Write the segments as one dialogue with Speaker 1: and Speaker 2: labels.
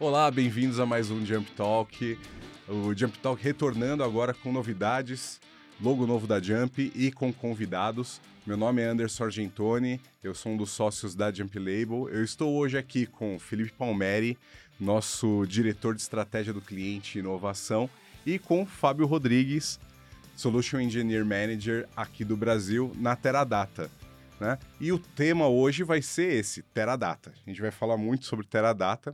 Speaker 1: Olá, bem-vindos a mais um Jump Talk. O Jump Talk retornando agora com novidades, logo novo da Jump e com convidados. Meu nome é Anderson Argentoni, eu sou um dos sócios da Jump Label. Eu estou hoje aqui com Felipe Palmeri, nosso diretor de estratégia do cliente e inovação, e com Fábio Rodrigues, Solution Engineer Manager aqui do Brasil na Teradata. Né? E o tema hoje vai ser esse, Teradata. A gente vai falar muito sobre Teradata.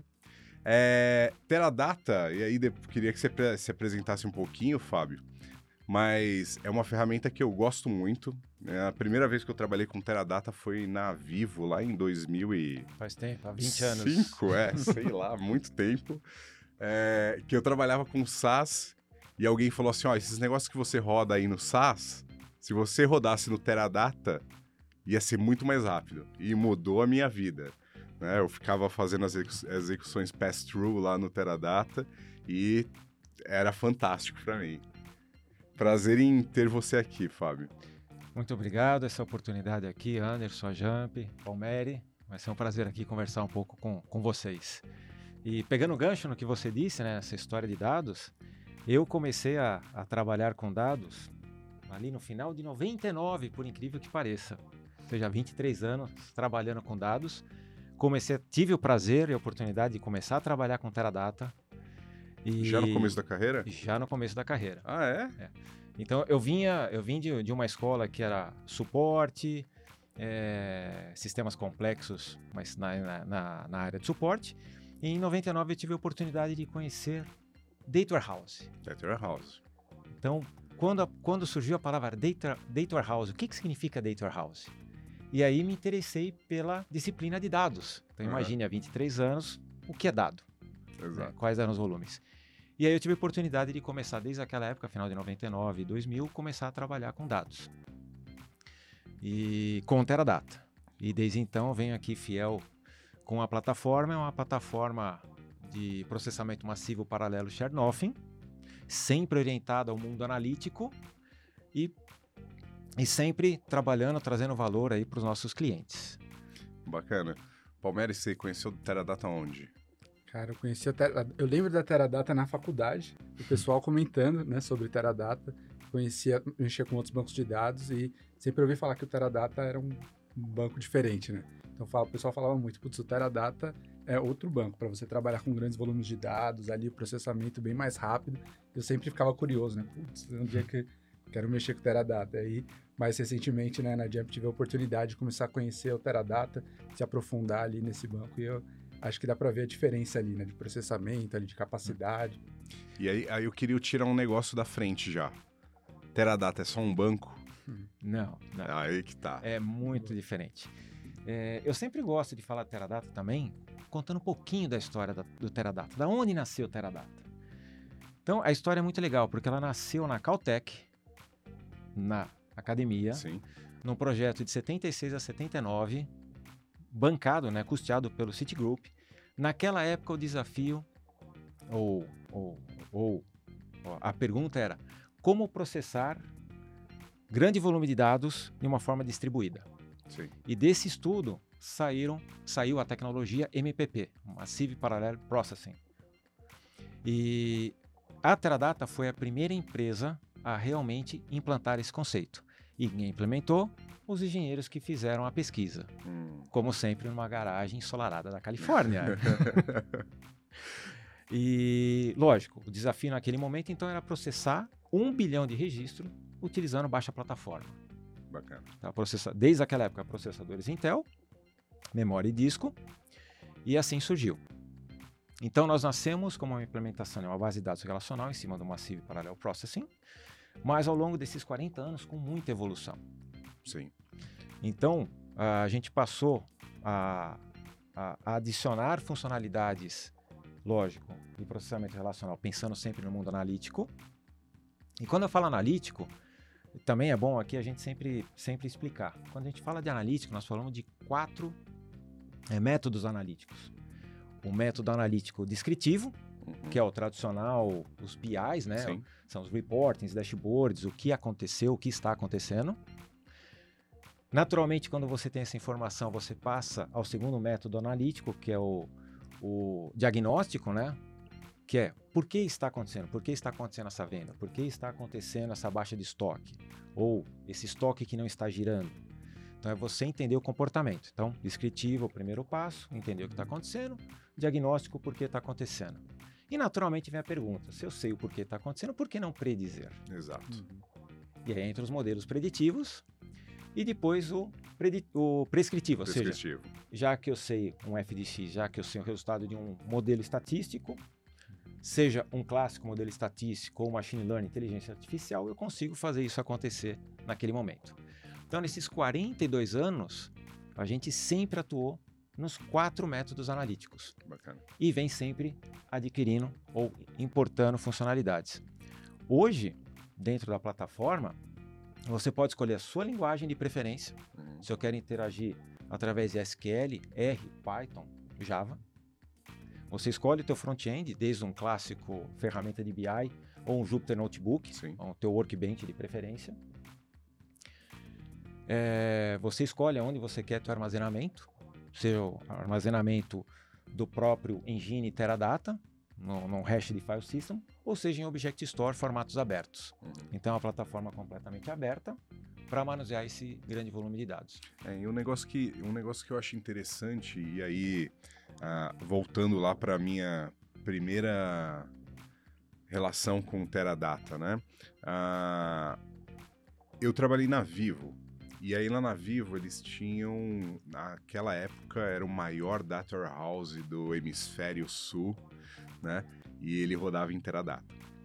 Speaker 1: Teradata, e aí queria que você se apresentasse um pouquinho, Fábio, mas é uma ferramenta que eu gosto muito. Né? A primeira vez que eu trabalhei com Teradata foi na Vivo, lá em 2000 e...
Speaker 2: Faz tempo, há 20 anos.
Speaker 1: 5, sei lá, muito tempo. Que eu trabalhava com SaaS e alguém falou assim, esses negócios que você roda aí no SaaS, se você rodasse no Teradata, ia ser muito mais rápido. E mudou a minha vida. Né? Eu ficava fazendo as execuções pass-through lá no Teradata e era fantástico para mim. Prazer em ter você aqui, Fábio.
Speaker 2: Muito obrigado, essa oportunidade aqui, Anderson, Jump, Palmeri. Vai ser um prazer aqui conversar um pouco com vocês. E pegando o gancho no que você disse, né, essa história de dados, eu comecei a trabalhar com dados ali no final de 99, por incrível que pareça. Ou seja, 23 anos trabalhando com dados. Tive o prazer e a oportunidade de começar a trabalhar com Teradata.
Speaker 1: Já no começo da carreira?
Speaker 2: Já no começo da carreira.
Speaker 1: Ah, é?
Speaker 2: Então, eu vim de uma escola que era suporte, sistemas complexos, mas na área de suporte. E em 99 eu tive a oportunidade de conhecer Data Warehouse.
Speaker 1: Data Warehouse.
Speaker 2: Então, quando surgiu a palavra Data Warehouse, o que significa Data Warehouse? E aí me interessei pela disciplina de dados. Então imagine, há 23 anos, o que é dado?
Speaker 1: Exato.
Speaker 2: Quais eram os volumes? E aí eu tive a oportunidade de começar, desde aquela época, final de 99 e 2000, começar a trabalhar com dados. E com Teradata. E desde então eu venho aqui fiel com a plataforma. É uma plataforma de processamento massivo paralelo Shared Nothing, sempre orientada ao mundo analítico e sempre trabalhando, trazendo valor aí para os nossos clientes.
Speaker 1: Bacana. Palmeri, você conheceu o Teradata onde?
Speaker 3: Cara, eu lembro da Teradata na faculdade, o pessoal comentando, né, sobre Teradata, mexia com outros bancos de dados e sempre ouvi falar que o Teradata era um banco diferente, né? Então o pessoal falava muito, putz, o Teradata é outro banco, para você trabalhar com grandes volumes de dados, ali o processamento bem mais rápido. Eu sempre ficava curioso, né? Putz, um dia que quero mexer com o Teradata. Aí, mais recentemente, né, na Jump, tive a oportunidade de começar a conhecer o Teradata, se aprofundar ali nesse banco, e eu acho que dá para ver a diferença ali, né, de processamento, ali, de capacidade.
Speaker 1: E aí eu queria tirar um negócio da frente já. Teradata é só um banco?
Speaker 2: Não.
Speaker 1: Aí que tá.
Speaker 2: É muito diferente. Eu sempre gosto de falar de Teradata também, contando um pouquinho da história do Teradata, da onde nasceu o Teradata. Então, a história é muito legal, porque ela nasceu na Caltech, na academia,
Speaker 1: Sim.
Speaker 2: num projeto de 76 a 79, bancado, né, custeado pelo Citigroup. Naquela época o desafio, a pergunta era, como processar grande volume de dados de uma forma distribuída?
Speaker 1: Sim.
Speaker 2: E desse estudo saiu a tecnologia MPP, Massive Parallel Processing. E a Teradata foi a primeira empresa a realmente implantar esse conceito. E quem implementou? Os engenheiros que fizeram a pesquisa. Como sempre, numa garagem ensolarada da Califórnia. E, lógico, o desafio naquele momento, então, era processar 1 bilhão de registros utilizando baixa plataforma.
Speaker 1: Bacana.
Speaker 2: Tá, desde aquela época, processadores Intel, memória e disco, e assim surgiu. Então, nós nascemos como uma implementação de uma base de dados relacional em cima do Massive Parallel Processing, mas ao longo desses 40 anos com muita evolução.
Speaker 1: Sim.
Speaker 2: Então, a gente passou a adicionar funcionalidades, lógico, de processamento relacional, pensando sempre no mundo analítico. E quando eu falo analítico, também é bom aqui a gente sempre explicar. Quando a gente fala de analítico, nós falamos de 4 métodos analíticos. O método analítico descritivo, que é o tradicional, os BIs, né?
Speaker 1: Sim.
Speaker 2: São os reportings, dashboards, o que aconteceu, o que está acontecendo. Naturalmente, quando você tem essa informação, você passa ao segundo método analítico, que é o o diagnóstico, né? Que é por que está acontecendo? Por que está acontecendo essa venda? Por que está acontecendo essa baixa de estoque? Ou esse estoque que não está girando? Então é você entender o comportamento. Então, descritivo, o primeiro passo, entender o que está acontecendo, diagnóstico, por que está acontecendo. E naturalmente vem a pergunta, se eu sei o porquê está acontecendo, por que não predizer?
Speaker 1: Exato.
Speaker 2: E aí entra os modelos preditivos e depois o prescritivo, ou seja, já que eu sei um f de x, já que eu sei o resultado de um modelo estatístico, seja um clássico modelo estatístico ou machine learning, inteligência artificial, eu consigo fazer isso acontecer naquele momento. Então, nesses 42 anos, a gente sempre atuou nos 4 métodos analíticos.
Speaker 1: Bacana.
Speaker 2: E vem sempre adquirindo ou importando funcionalidades. Hoje, dentro da plataforma, você pode escolher a sua linguagem de preferência. Se eu quero interagir através de SQL, R, Python, Java. Você escolhe o teu front-end, desde um clássico ferramenta de BI ou um Jupyter Notebook, o teu workbench de preferência. Você escolhe onde você quer teu armazenamento, seja o armazenamento do próprio engine Teradata, num hash de file system, ou seja em Object Store, formatos abertos. Então é uma plataforma completamente aberta para manusear esse grande volume de dados.
Speaker 1: E um negócio que eu acho interessante, e aí voltando lá para a minha primeira relação com o Teradata, né? Eu trabalhei na Vivo. E aí lá na Vivo eles tinham, naquela época, era o maior data warehouse do hemisfério sul, né? E ele rodava em Teradata.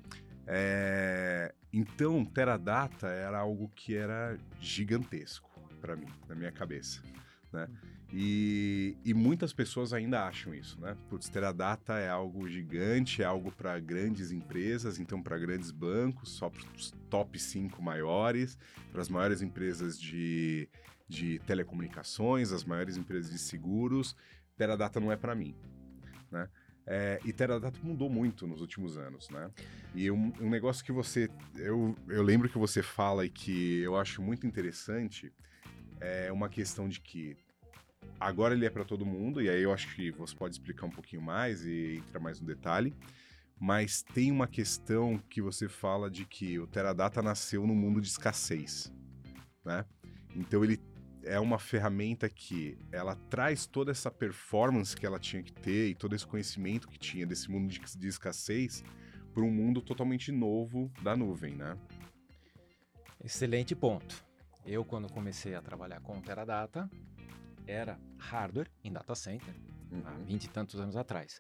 Speaker 1: Então, Teradata era algo que era gigantesco para mim, na minha cabeça, né? E muitas pessoas ainda acham isso, né? Putz, Teradata é algo gigante, é algo para grandes empresas, então para grandes bancos, só para os top 5 maiores, para as maiores empresas de telecomunicações, as maiores empresas de seguros. Teradata não é para mim, né? E Teradata mudou muito nos últimos anos, né? E um negócio que eu lembro que você fala e que eu acho muito interessante é uma questão de que agora ele é para todo mundo, e aí eu acho que você pode explicar um pouquinho mais e entrar mais no detalhe, mas tem uma questão que você fala de que o Teradata nasceu no mundo de escassez, né? Então ele é uma ferramenta que ela traz toda essa performance que ela tinha que ter e todo esse conhecimento que tinha desse mundo de escassez para um mundo totalmente novo da nuvem, né?
Speaker 2: Excelente ponto. Eu, quando comecei a trabalhar com o Teradata, era hardware em data center, há 20 e tantos anos atrás.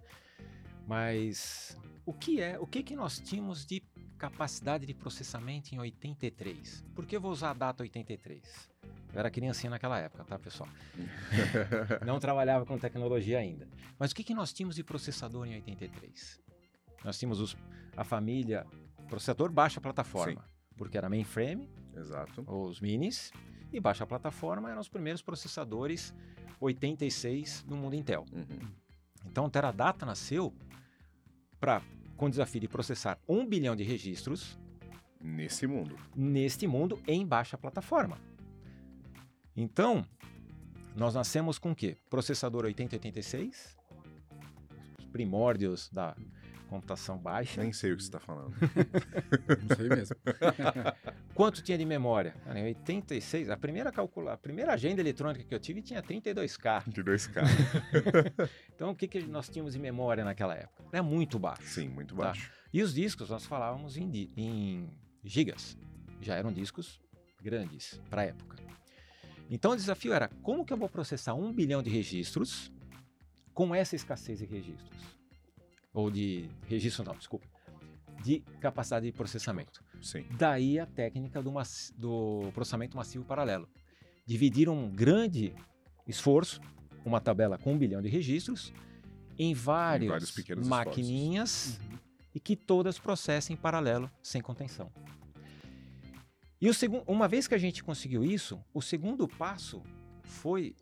Speaker 2: Mas o que nós tínhamos de capacidade de processamento em 83? Por que eu vou usar a data 83? Eu era criancinha naquela época, tá, pessoal? Não trabalhava com tecnologia ainda. Mas o que nós tínhamos de processador em 83? Nós tínhamos a família processador baixa plataforma, porque era mainframe,
Speaker 1: exato,
Speaker 2: os minis, e baixa plataforma eram os primeiros processadores 86 no mundo Intel. Então o Teradata nasceu com o desafio de processar 1 bilhão de registros
Speaker 1: neste
Speaker 2: mundo em baixa plataforma. Então, nós nascemos com o quê? Processador 8086, os primórdios da computação baixa.
Speaker 1: Nem sei o que você está falando.
Speaker 3: Não sei mesmo.
Speaker 2: Quanto tinha de memória? Em 86, a primeira agenda eletrônica que eu tive tinha 32K.
Speaker 1: 32K.
Speaker 2: Então, o que nós tínhamos de memória naquela época? Era muito baixo.
Speaker 1: Sim, muito baixo.
Speaker 2: Tá? E os discos, nós falávamos em gigas. Já eram discos grandes para a época. Então, o desafio era, como que eu vou processar 1 bilhão de registros com essa escassez de registros? Ou de registro, não, desculpa. De capacidade de processamento.
Speaker 1: Sim.
Speaker 2: Daí a técnica do processamento massivo paralelo. Dividir um grande esforço, uma tabela com 1 bilhão de registros, em várias
Speaker 1: pequenos
Speaker 2: maquininhas e que todas processem em paralelo, sem contenção. E uma vez que a gente conseguiu isso, o segundo passo foi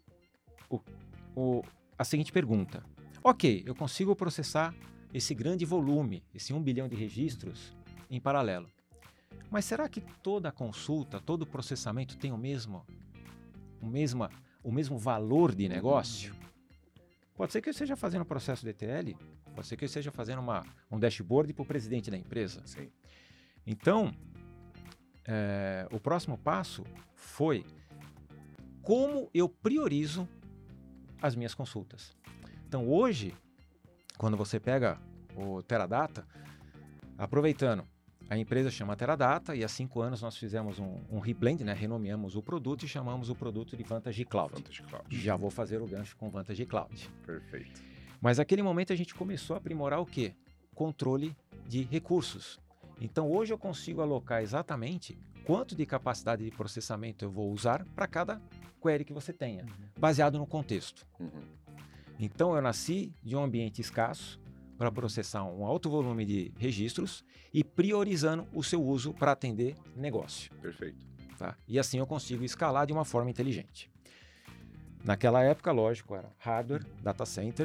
Speaker 2: a seguinte pergunta. Ok, eu consigo processar esse grande volume, esse 1 bilhão de registros em paralelo. Mas será que toda consulta, todo processamento tem o mesmo valor de negócio? Pode ser que eu esteja fazendo um processo de ETL, pode ser que eu esteja fazendo um dashboard para o presidente da empresa.
Speaker 1: Sim.
Speaker 2: Então, o próximo passo foi como eu priorizo as minhas consultas. Então, hoje, quando você pega o Teradata, aproveitando, a empresa chama Teradata e há 5 anos nós fizemos um reblend, né? Renomeamos o produto e chamamos o produto de Vantage Cloud.
Speaker 1: Vantage Cloud.
Speaker 2: Já vou fazer o gancho com Vantage Cloud.
Speaker 1: Perfeito.
Speaker 2: Mas naquele momento a gente começou a aprimorar o quê? Controle de recursos. Então hoje eu consigo alocar exatamente quanto de capacidade de processamento eu vou usar para cada query que você tenha, baseado no contexto. Então eu nasci de um ambiente escasso para processar um alto volume de registros e priorizando o seu uso para atender negócio.
Speaker 1: Perfeito.
Speaker 2: Tá? E assim eu consigo escalar de uma forma inteligente. Naquela época, lógico, era hardware, data center.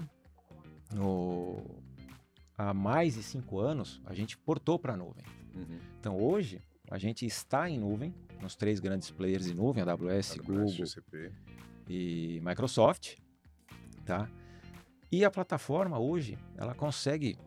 Speaker 2: Há mais de 5 anos, a gente portou para a nuvem. Então hoje, a gente está em nuvem, nos 3 grandes players de nuvem, AWS, Google
Speaker 1: GCP.
Speaker 2: e Microsoft. Tá? E a plataforma hoje, ela consegue,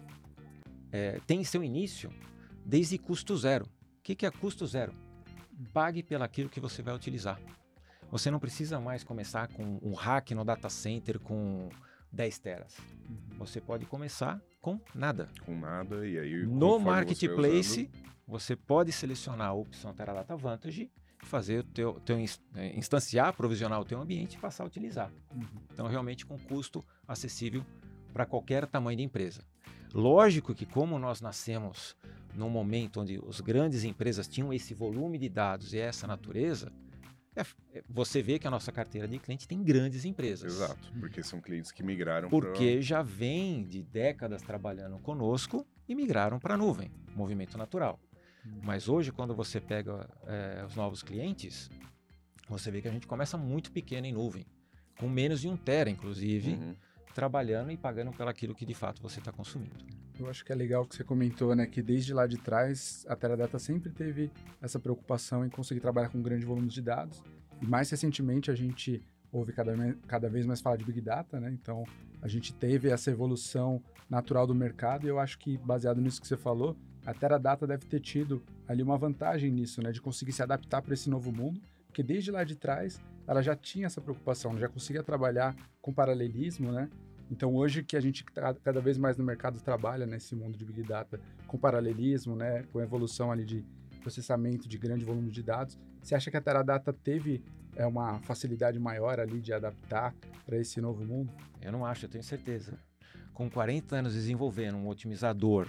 Speaker 2: tem seu início desde custo zero. O que é custo zero? Pague pelaquilo que você vai utilizar. Você não precisa mais começar com um rack no data center com 10 teras. Você pode começar com nada.
Speaker 1: Com nada, e aí...
Speaker 2: No Marketplace, você pode selecionar a opção Teradata Vantage, fazer instanciar, provisionar o teu ambiente e passar a utilizar. Então, realmente com custo acessível para qualquer tamanho de empresa. Lógico que como nós nascemos num momento onde as grandes empresas tinham esse volume de dados e essa natureza, você vê que a nossa carteira de cliente tem grandes empresas.
Speaker 1: Exato, porque são clientes que migraram
Speaker 2: porque já vêm de décadas trabalhando conosco e migraram para a nuvem, movimento natural. Mas hoje, quando você pega os novos clientes, você vê que a gente começa muito pequeno em nuvem, com menos de 1 tera, inclusive, trabalhando e pagando pelaquilo que de fato você está consumindo.
Speaker 3: Eu acho que é legal que você comentou, né, que desde lá de trás a Teradata sempre teve essa preocupação em conseguir trabalhar com grandes volumes de dados. E mais recentemente a gente ouve cada vez mais falar de Big Data, né? Então a gente teve essa evolução natural do mercado e eu acho que, baseado nisso que você falou, a Teradata deve ter tido ali uma vantagem nisso, né, de conseguir se adaptar para esse novo mundo, porque desde lá de trás ela já tinha essa preocupação, já conseguia trabalhar com paralelismo, né? Então hoje que a gente cada vez mais no mercado trabalha nesse mundo de Big Data com paralelismo, né, com evolução ali de processamento de grande volume de dados, você acha que a Teradata teve uma facilidade maior ali de adaptar para esse novo mundo?
Speaker 2: Eu não acho, eu tenho certeza. Com 40 anos desenvolvendo um otimizador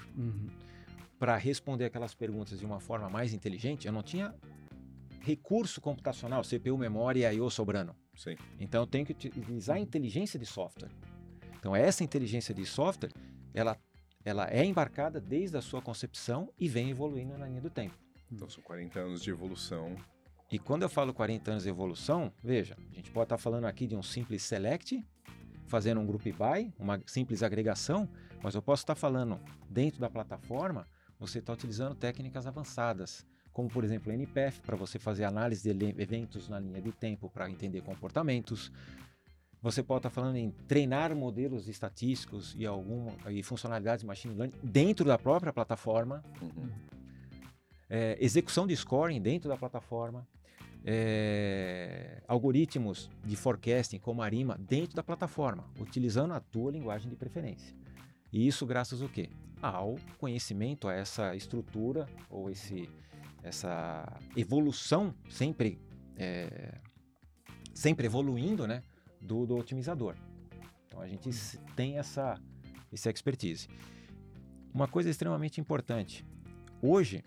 Speaker 2: para responder aquelas perguntas de uma forma mais inteligente, eu não tinha recurso computacional, CPU, memória e I/O sobrando.
Speaker 1: Sim.
Speaker 2: Então eu tenho que utilizar a inteligência de software. Então essa inteligência de software, ela é embarcada desde a sua concepção e vem evoluindo na linha do tempo.
Speaker 1: Então são 40 anos de evolução.
Speaker 2: E quando eu falo 40 anos de evolução, veja, a gente pode estar falando aqui de um simples select, fazendo um group by, uma simples agregação, mas eu posso estar falando dentro da plataforma, você está utilizando técnicas avançadas, como por exemplo o NPF, para você fazer análise de eventos na linha de tempo para entender comportamentos. Você pode estar falando em treinar modelos estatísticos e funcionalidades de machine learning dentro da própria plataforma. Execução de scoring dentro da plataforma. Algoritmos de forecasting como Arima dentro da plataforma, utilizando a tua linguagem de preferência. E isso graças ao quê? Ao conhecimento, a essa estrutura ou essa evolução sempre evoluindo, né, do otimizador. Então a gente tem essa expertise. Uma coisa extremamente importante. Hoje,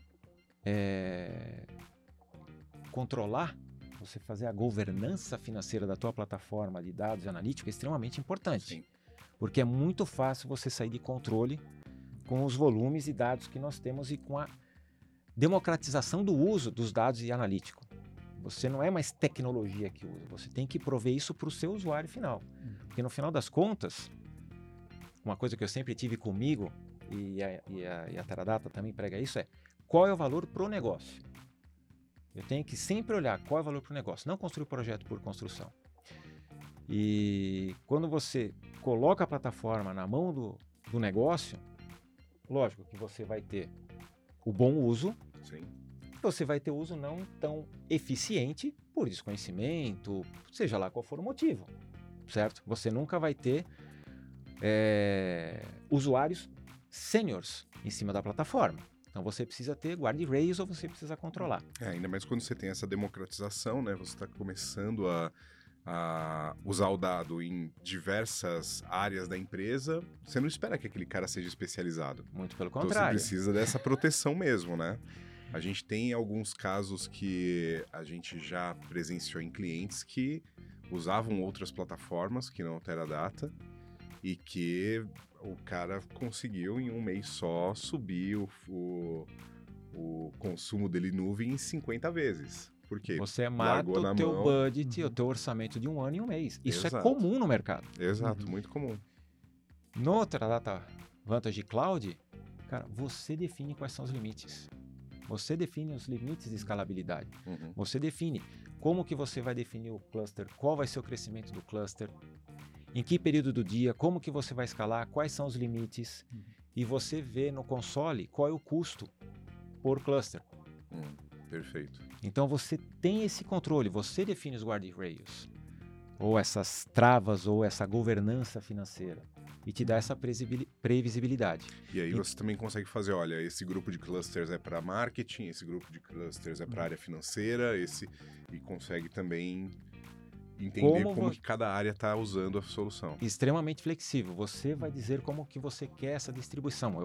Speaker 2: controlar, você fazer a governança financeira da tua plataforma de dados e analítica é extremamente importante.
Speaker 1: Sim.
Speaker 2: Porque é muito fácil você sair de controle com os volumes de dados que nós temos e com a democratização do uso dos dados e analítico. Você não é mais tecnologia que usa, você tem que prover isso para o seu usuário final. Porque no final das contas, uma coisa que eu sempre tive comigo, e a Teradata também prega isso, qual é o valor para o negócio? Eu tenho que sempre olhar qual é o valor para o negócio, não construir o projeto por construção. E quando você coloca a plataforma na mão do negócio, lógico que você vai ter o bom uso,
Speaker 1: Sim.
Speaker 2: você vai ter uso não tão eficiente por desconhecimento, seja lá qual for o motivo, certo? Você nunca vai ter usuários sêniors em cima da plataforma. Então você precisa ter guardrails ou você precisa controlar.
Speaker 1: Ainda mais quando você tem essa democratização, né? Você está começando a usar o dado em diversas áreas da empresa. Você não espera que aquele cara seja especializado.
Speaker 2: Muito pelo
Speaker 1: Então
Speaker 2: contrário.
Speaker 1: você precisa dessa proteção mesmo, né? A gente tem alguns casos que a gente já presenciou em clientes que usavam outras plataformas que não o Teradata e que o cara conseguiu em um mês só subir o consumo dele em nuvem em 50 vezes. Por quê?
Speaker 2: Você mata
Speaker 1: Largou na
Speaker 2: o teu
Speaker 1: mão.
Speaker 2: budget, o teu orçamento de um ano em um mês. Isso é
Speaker 1: Exato.
Speaker 2: comum no mercado.
Speaker 1: Exato, muito comum.
Speaker 2: No Teradata Vantage Cloud, cara, você define quais são os limites. Você define os limites de escalabilidade.
Speaker 1: Uhum.
Speaker 2: Você define como que você vai definir o cluster, qual vai ser o crescimento do cluster, em que período do dia, como que você vai escalar, quais são os limites, e você vê no console qual é o custo por cluster.
Speaker 1: Perfeito.
Speaker 2: Então você tem esse controle, você define os guardrails, ou essas travas, ou essa governança financeira, e te dá essa previsibilidade.
Speaker 1: E aí você também consegue fazer, olha, esse grupo de clusters é para marketing, esse grupo de clusters é para área financeira, e consegue também entender como que cada área está usando a solução.
Speaker 2: Extremamente flexível. Você vai dizer como que você quer essa distribuição.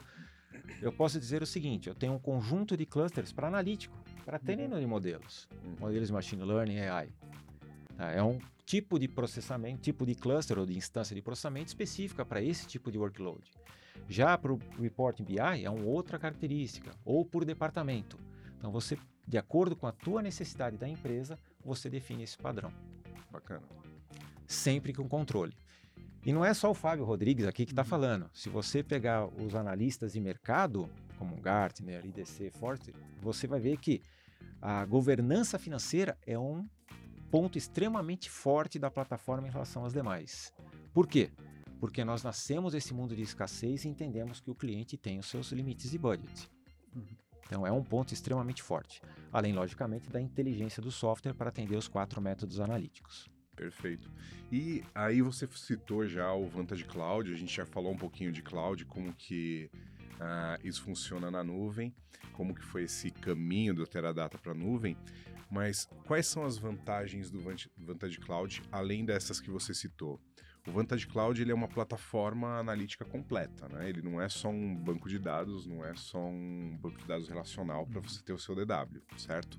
Speaker 2: Eu posso dizer o seguinte, eu tenho um conjunto de clusters para analítico, para treino de modelos, modelos de machine learning e AI. Tá? É um tipo de processamento, tipo de cluster ou de instância de processamento específica para esse tipo de workload. Já para o Reporting BI é uma outra característica, ou por departamento. Então você, de acordo com a tua necessidade da empresa, você define esse padrão.
Speaker 1: Bacana.
Speaker 2: Sempre com controle. E não é só o Fábio Rodrigues aqui que está falando. Se você pegar os analistas de mercado, como Gartner, IDC, Forrester, você vai ver que a governança financeira é um ponto extremamente forte da plataforma em relação às demais. Por quê? Porque nós nascemos nesse mundo de escassez e entendemos que o cliente tem os seus limites de budget. Então é um ponto extremamente forte. Além, logicamente, da inteligência do software para atender os 4 métodos analíticos.
Speaker 1: Perfeito. E aí você citou já o Vantage Cloud, a gente já falou um pouquinho de cloud, como que isso funciona na nuvem, como que foi esse caminho do Teradata para a nuvem, mas quais são as vantagens do Vantage Cloud, além dessas que você citou? O Vantage Cloud ele é uma plataforma analítica completa, né? Ele não é só um banco de dados, não é só um banco de dados relacional para você ter o seu DW, certo?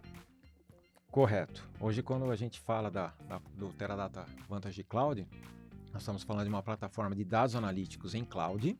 Speaker 2: Correto. Hoje, quando a gente fala do Teradata Vantage Cloud, nós estamos falando de uma plataforma de dados analíticos em cloud,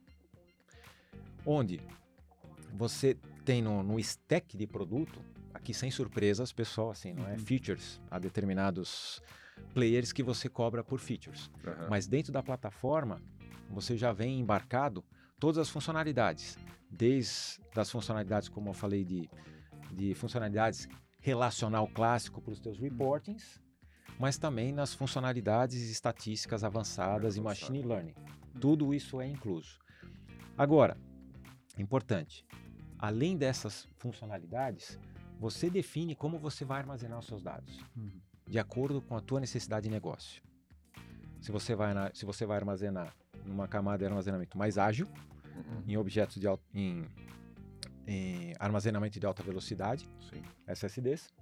Speaker 2: onde você tem no stack de produto, aqui sem surpresas, pessoal, assim, não é features a determinados players que você cobra por features. Mas dentro da plataforma, você já vem embarcado todas as funcionalidades, desde as funcionalidades, como eu falei, de funcionalidades relacional clássico para os teus reportings, mas também nas funcionalidades estatísticas avançadas e machine learning. Tudo isso é incluso. Agora, importante, além dessas funcionalidades, você define como você vai armazenar os seus dados, de acordo com a tua necessidade de negócio. Se você vai armazenar numa camada de armazenamento mais ágil, em objetos em armazenamento de alta velocidade,
Speaker 1: Sim.
Speaker 2: SSDs,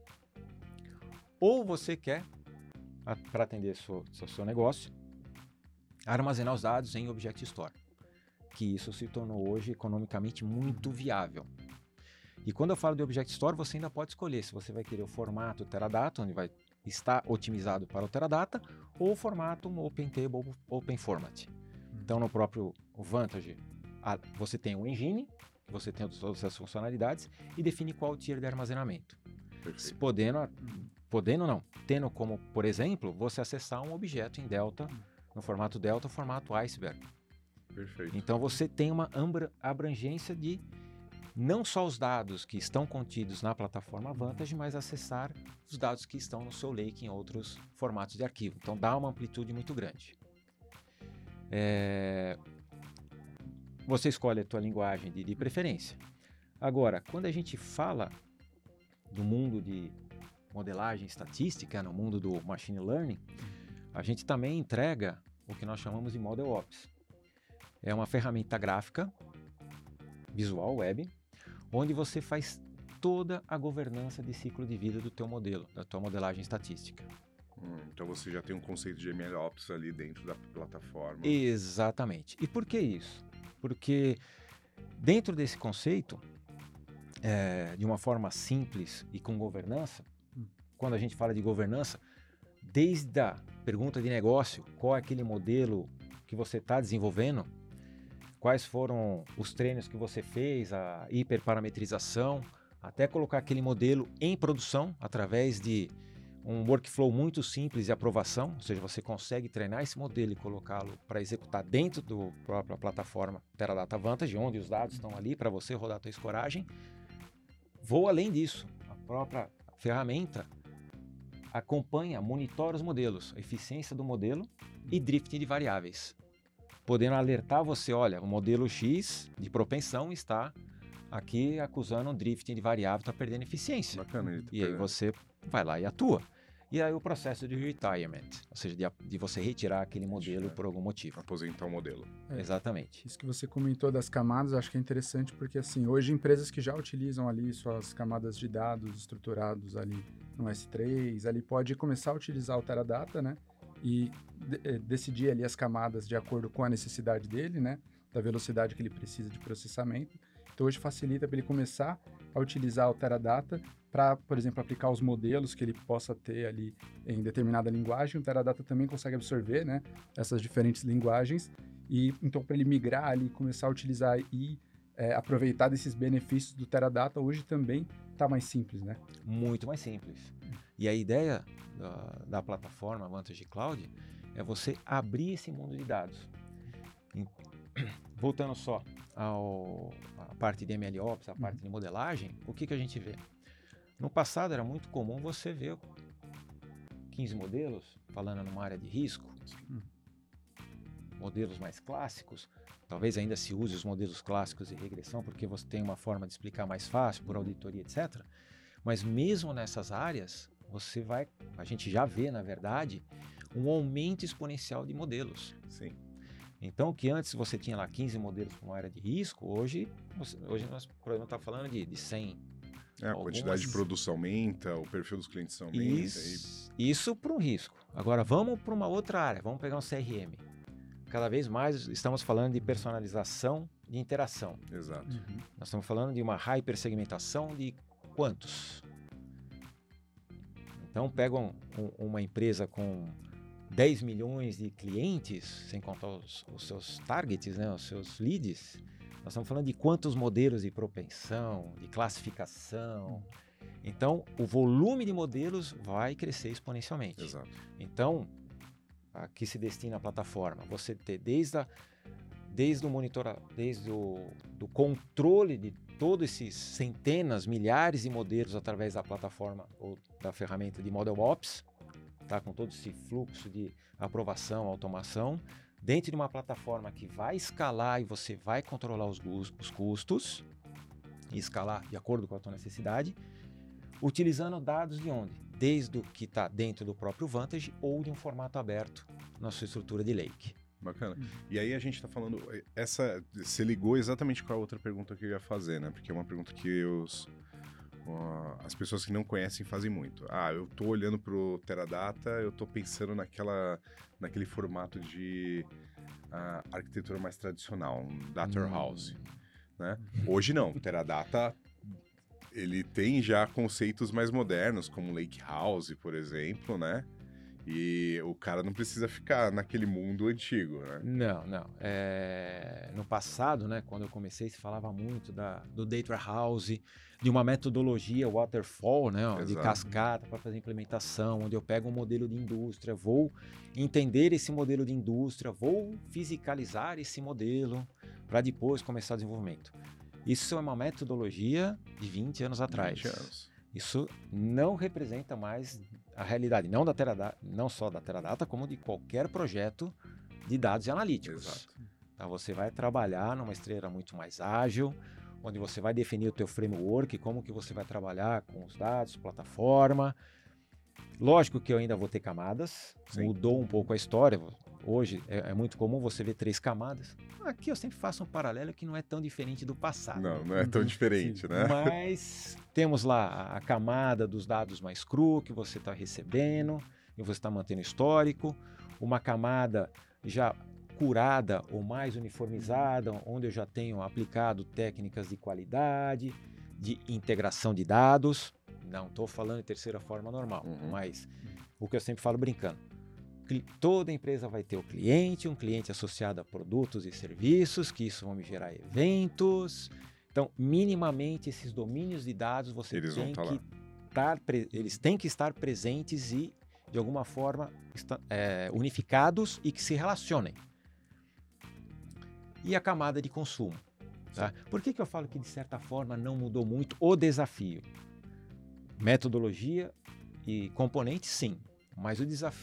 Speaker 2: ou você quer, para atender seu negócio, armazenar os dados em Object Store, que isso se tornou hoje economicamente muito viável. E quando eu falo de Object Store, você ainda pode escolher se você vai querer o formato Teradata, onde vai estar otimizado para o Teradata, ou o formato Open Table, Open Format. Então, no próprio Vantage, você tem o engine, você tem todas as funcionalidades e define qual o tier de armazenamento. Tendo como, por exemplo, você acessar um objeto em Delta, no formato Delta, formato Iceberg.
Speaker 1: Perfeito.
Speaker 2: Então você tem uma abrangência de não só os dados que estão contidos na plataforma Vantage, mas acessar os dados que estão no seu lake em outros formatos de arquivo. Então dá uma amplitude muito grande. Você escolhe a tua linguagem de preferência. Agora, quando a gente fala do mundo de modelagem estatística, no mundo do machine learning, a gente também entrega o que nós chamamos de Model Ops. É uma ferramenta gráfica, visual, web, onde você faz toda a governança de ciclo de vida do teu modelo, da tua modelagem estatística.
Speaker 1: Então você já tem um conceito de MLOps ali dentro da plataforma.
Speaker 2: Exatamente. E por que isso? Porque dentro desse conceito, de uma forma simples e com governança, quando a gente fala de governança, desde a pergunta de negócio, qual é aquele modelo que você está desenvolvendo, quais foram os treinos que você fez, a hiperparametrização, até colocar aquele modelo em produção através de um workflow muito simples de aprovação, ou seja, você consegue treinar esse modelo e colocá-lo para executar dentro da própria plataforma Teradata Vantage, onde os dados estão ali para você rodar a tua escoragem. Vou além disso, a própria ferramenta acompanha, monitora os modelos, a eficiência do modelo e drifting de variáveis, podendo alertar você, olha, o modelo X de propensão está aqui acusando um drifting de variável, está perdendo eficiência.
Speaker 1: Bacana.
Speaker 2: E aí você vai lá e atua. E aí o processo de retirement, ou seja, de você retirar aquele modelo por algum motivo.
Speaker 1: Aposentar o modelo.
Speaker 2: Exatamente.
Speaker 3: Isso que você comentou das camadas, acho que é interessante porque, assim, hoje empresas que já utilizam ali suas camadas de dados estruturados ali no S3, ali pode começar a utilizar o Teradata, né? E decidir ali as camadas de acordo com a necessidade dele, né? Da velocidade que ele precisa de processamento. Então, hoje facilita para ele começar a utilizar o Teradata para, por exemplo, aplicar os modelos que ele possa ter ali em determinada linguagem. O Teradata também consegue absorver, né, essas diferentes linguagens. E então, para ele migrar ali, começar a utilizar e aproveitar desses benefícios do Teradata, hoje também está mais simples, né?
Speaker 2: Muito mais simples. E a ideia da plataforma Vantage Cloud é você abrir esse mundo de dados. Voltando só à parte de MLOps, a parte de modelagem, o que a gente vê? No passado era muito comum você ver 15 modelos, falando numa área de risco, modelos mais clássicos, talvez ainda se use os modelos clássicos de regressão, porque você tem uma forma de explicar mais fácil, por auditoria, etc. Mas mesmo nessas áreas, a gente já vê, na verdade, um aumento exponencial de modelos.
Speaker 1: Sim.
Speaker 2: Então, que antes você tinha lá 15 modelos para uma área de risco, hoje nós podemos estar falando de 100.
Speaker 1: A quantidade de produção aumenta, o perfil dos clientes aumenta.
Speaker 2: Isso para um risco. Agora, vamos para uma outra área, vamos pegar um CRM. Cada vez mais estamos falando de personalização de interação.
Speaker 1: Exato.
Speaker 2: Nós estamos falando de uma hypersegmentação de quantos? Então, pega uma empresa com 10 milhões de clientes, sem contar os seus targets, né, os seus leads. Nós estamos falando de quantos modelos de propensão, de classificação. Então, o volume de modelos vai crescer exponencialmente.
Speaker 1: Exato.
Speaker 2: Então, a que se destina a plataforma? Você ter desde o controle de todos esses centenas, milhares de modelos através da plataforma ou da ferramenta de Model Ops, tá? Com todo esse fluxo de aprovação, automação, dentro de uma plataforma que vai escalar e você vai controlar os custos e escalar de acordo com a tua necessidade, utilizando dados de onde? Desde o que está dentro do próprio Vantage ou de um formato aberto na sua estrutura de lake.
Speaker 1: Bacana. E aí a gente está falando, você ligou exatamente com a outra pergunta que eu ia fazer, né? Porque é uma pergunta que as pessoas que não conhecem fazem muito. Eu tô olhando pro Teradata, eu tô pensando naquele formato de arquitetura mais tradicional, um data warehouse, né? Hoje não, o Teradata, ele tem já conceitos mais modernos, como Lake House, por exemplo, né? E o cara não precisa ficar naquele mundo antigo, né?
Speaker 2: Não. No passado, né, quando eu comecei, se falava muito do Data Warehouse, de uma metodologia waterfall, né, de cascata para fazer implementação, onde eu pego um modelo de indústria, vou entender esse modelo de indústria, vou fisicalizar esse modelo para depois começar o desenvolvimento. Isso é uma metodologia de 20 anos atrás.
Speaker 1: 20 anos.
Speaker 2: Isso não representa mais a realidade, não da Teradata, não só da Teradata, como de qualquer projeto de dados e analíticos.
Speaker 1: Exato.
Speaker 2: Então, você vai trabalhar numa esteira muito mais ágil, onde você vai definir o teu framework, como que você vai trabalhar com os dados, plataforma. Lógico que eu ainda vou ter camadas,
Speaker 1: Sim.
Speaker 2: mudou um pouco a história. Hoje é muito comum você ver 3 camadas. Aqui eu sempre faço um paralelo que não é tão diferente do passado.
Speaker 1: Não é tão diferente, né?
Speaker 2: Mas temos lá a camada dos dados mais cru que você está recebendo e você está mantendo histórico. Uma camada já curada ou mais uniformizada, onde eu já tenho aplicado técnicas de qualidade, de integração de dados. Não estou falando de terceira forma normal, mas o que eu sempre falo brincando. Toda empresa vai ter um cliente associado a produtos e serviços, que isso vão me gerar eventos. Então, minimamente, esses domínios de dados eles têm que estar presentes e, de alguma forma, unificados e que se relacionem. E a camada de consumo. Tá? Por que eu falo que, de certa forma, não mudou muito o desafio? Metodologia e componentes, sim. Mas o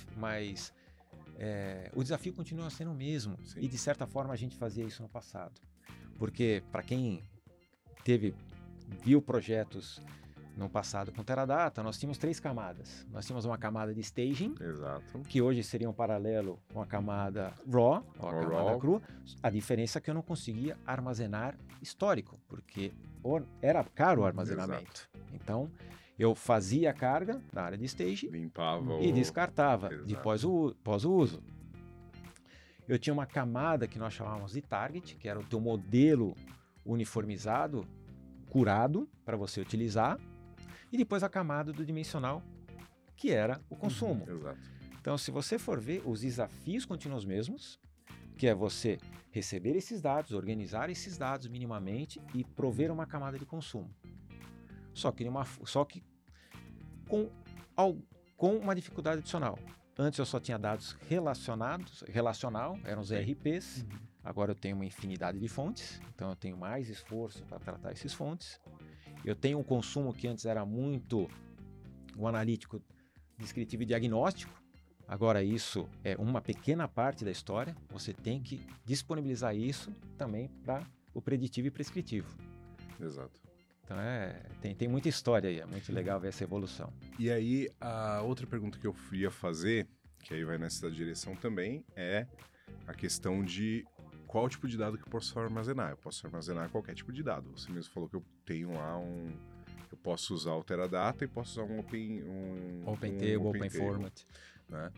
Speaker 2: desafio continua sendo o mesmo. Sim. E, de certa forma, a gente fazia isso no passado. Porque, para quem viu projetos no passado com Teradata, nós tínhamos 3 camadas. Nós tínhamos uma camada de staging,
Speaker 1: exato,
Speaker 2: que hoje seria um paralelo com a camada raw, ou a camada crua. A diferença é que eu não conseguia armazenar histórico, porque era caro o armazenamento. Exato. Então, eu fazia a carga na área de staging,
Speaker 1: limpava
Speaker 2: e descartava depois pós o uso. Eu tinha uma camada que nós chamávamos de target, que era o teu modelo uniformizado, curado para você utilizar, e depois a camada do dimensional, que era o consumo.
Speaker 1: Exato.
Speaker 2: Então, se você for ver, os desafios continuam os mesmos, que é você receber esses dados, organizar esses dados minimamente e prover uma camada de consumo. Só que com uma dificuldade adicional. Antes eu só tinha dados relacional, eram os ERPs. Agora eu tenho uma infinidade de fontes, então eu tenho mais esforço para tratar esses fontes. Eu tenho um consumo que antes era muito o analítico, descritivo e diagnóstico. Agora isso é uma pequena parte da história. Você tem que disponibilizar isso também para o preditivo e prescritivo.
Speaker 1: Exato.
Speaker 2: Então tem muita história aí, é muito legal ver essa evolução.
Speaker 1: E aí, a outra pergunta que eu ia fazer, que aí vai nessa direção também, é a questão de qual tipo de dado que eu posso armazenar. Eu posso armazenar qualquer tipo de dado. Você mesmo falou que eu tenho lá eu posso usar o Teradata e posso usar um
Speaker 2: Open Table, Open Format.
Speaker 1: Né?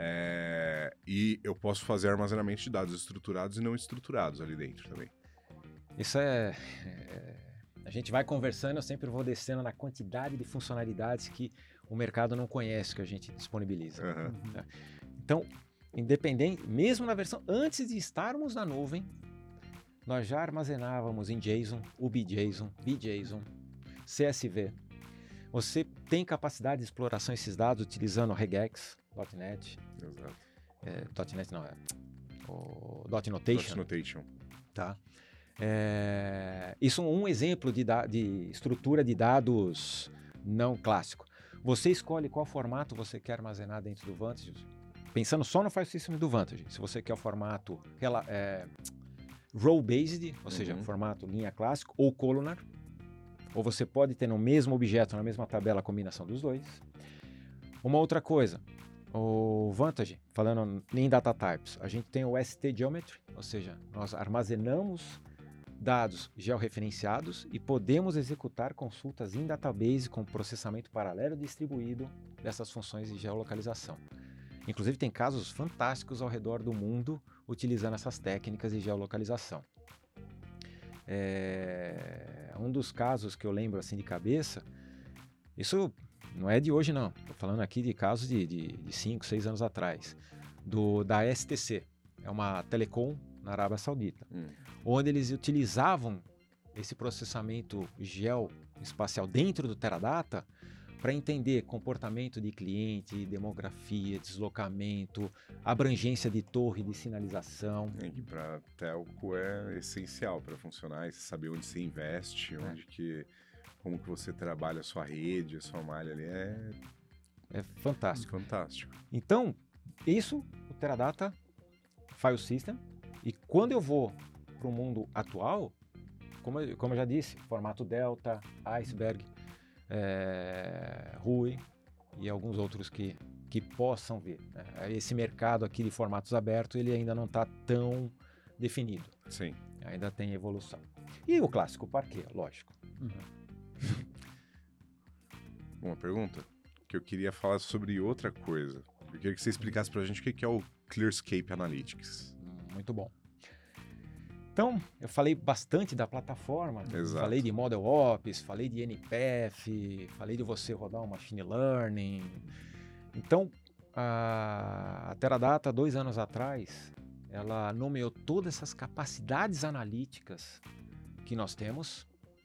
Speaker 1: E eu posso fazer armazenamento de dados estruturados e não estruturados ali dentro também.
Speaker 2: Isso a gente vai conversando, eu sempre vou descendo na quantidade de funcionalidades que o mercado não conhece, que a gente disponibiliza. Então, independente, mesmo na versão antes de estarmos na nuvem, nós já armazenávamos em JSON, UBJSON, BJSON, CSV. Você tem capacidade de exploração desses dados utilizando regex, .NET.
Speaker 1: Exato.
Speaker 2: .NET não, o .Notation. Tá? Isso é um exemplo de estrutura de dados não clássico. Você escolhe qual formato você quer armazenar dentro do Vantage, pensando só no file system do Vantage. Se você quer o formato row-based, ou seja, formato linha clássico, ou columnar, ou você pode ter no mesmo objeto, na mesma tabela, a combinação dos dois. Uma outra coisa, o Vantage, falando em data types, a gente tem o ST Geometry, ou seja, nós armazenamos dados georreferenciados e podemos executar consultas em database com processamento paralelo distribuído dessas funções de geolocalização. Inclusive tem casos fantásticos ao redor do mundo utilizando essas técnicas de geolocalização. Um dos casos que eu lembro assim de cabeça, isso não é de hoje não, estou falando aqui de casos de 5, 6 anos atrás, da STC, é uma telecom na Arábia Saudita, onde eles utilizavam esse processamento geoespacial dentro do Teradata para entender comportamento de cliente, demografia, deslocamento, abrangência de torre de sinalização.
Speaker 1: E para telco é essencial para funcionar, e saber onde você investe, como que você trabalha a sua rede, a sua malha ali
Speaker 2: É fantástico.
Speaker 1: fantástico.
Speaker 2: Então, isso, o Teradata File System. E quando eu vou para o mundo atual, como eu já disse, formato Delta, Iceberg, RUI e alguns outros que possam vir, né? Esse mercado aqui de formatos abertos, ele ainda não está tão definido.
Speaker 1: Sim.
Speaker 2: Ainda tem evolução. E o clássico Parquet, lógico.
Speaker 1: Uma pergunta que eu queria falar sobre outra coisa. Eu queria que você explicasse para a gente o que é o ClearScape Analytics.
Speaker 2: Muito bom. Então, eu falei bastante da plataforma,
Speaker 1: Exato.
Speaker 2: Falei de Model Ops, falei de NPF, falei de você rodar um Machine Learning. Então, a Teradata, 2 anos atrás, ela nomeou todas essas capacidades analíticas que nós temos,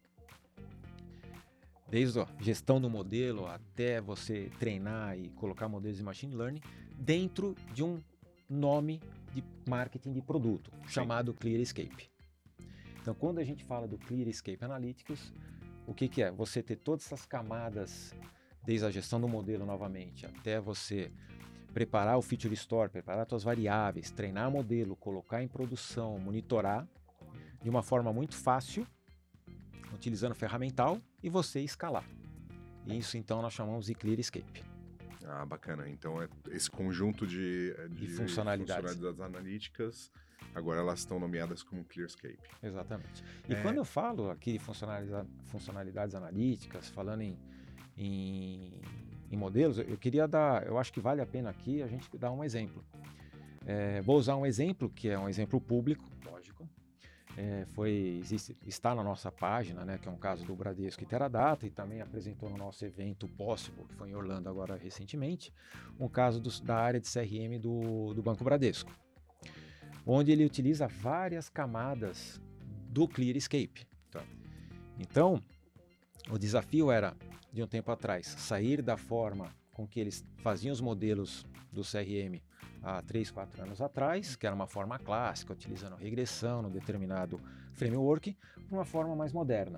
Speaker 2: desde a gestão do modelo até você treinar e colocar modelos de Machine Learning, dentro de um nome de marketing de produto, chamado ClearScape. Então, quando a gente fala do ClearScape Analytics, o que é? Você ter todas essas camadas, desde a gestão do modelo novamente, até você preparar o Feature Store, preparar suas variáveis, treinar o modelo, colocar em produção, monitorar, de uma forma muito fácil, utilizando ferramental, e você escalar. Isso, então, nós chamamos de ClearScape.
Speaker 1: Ah, bacana. Então, esse conjunto de
Speaker 2: funcionalidades
Speaker 1: analíticas, agora elas estão nomeadas como ClearScape.
Speaker 2: Exatamente. E quando eu falo aqui de funcionalidades analíticas, falando em modelos, eu acho que vale a pena aqui a gente dar um exemplo. Vou usar um exemplo que é um exemplo público, lógico. Está na nossa página, né, que é um caso do Bradesco e Teradata, e também apresentou no nosso evento Possible, que foi em Orlando agora recentemente, um caso da área de CRM do Banco Bradesco, onde ele utiliza várias camadas do ClearScape.
Speaker 1: Tá.
Speaker 2: Então, o desafio era, de um tempo atrás, sair da forma com que eles faziam os modelos do CRM há 3, 4 anos atrás, que era uma forma clássica, utilizando regressão no determinado framework, para uma forma mais moderna.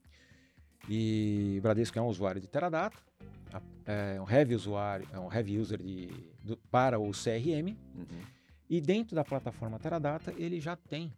Speaker 2: E o Bradesco é um usuário de Teradata, é um heavy user para o CRM, e dentro da plataforma Teradata ele já tem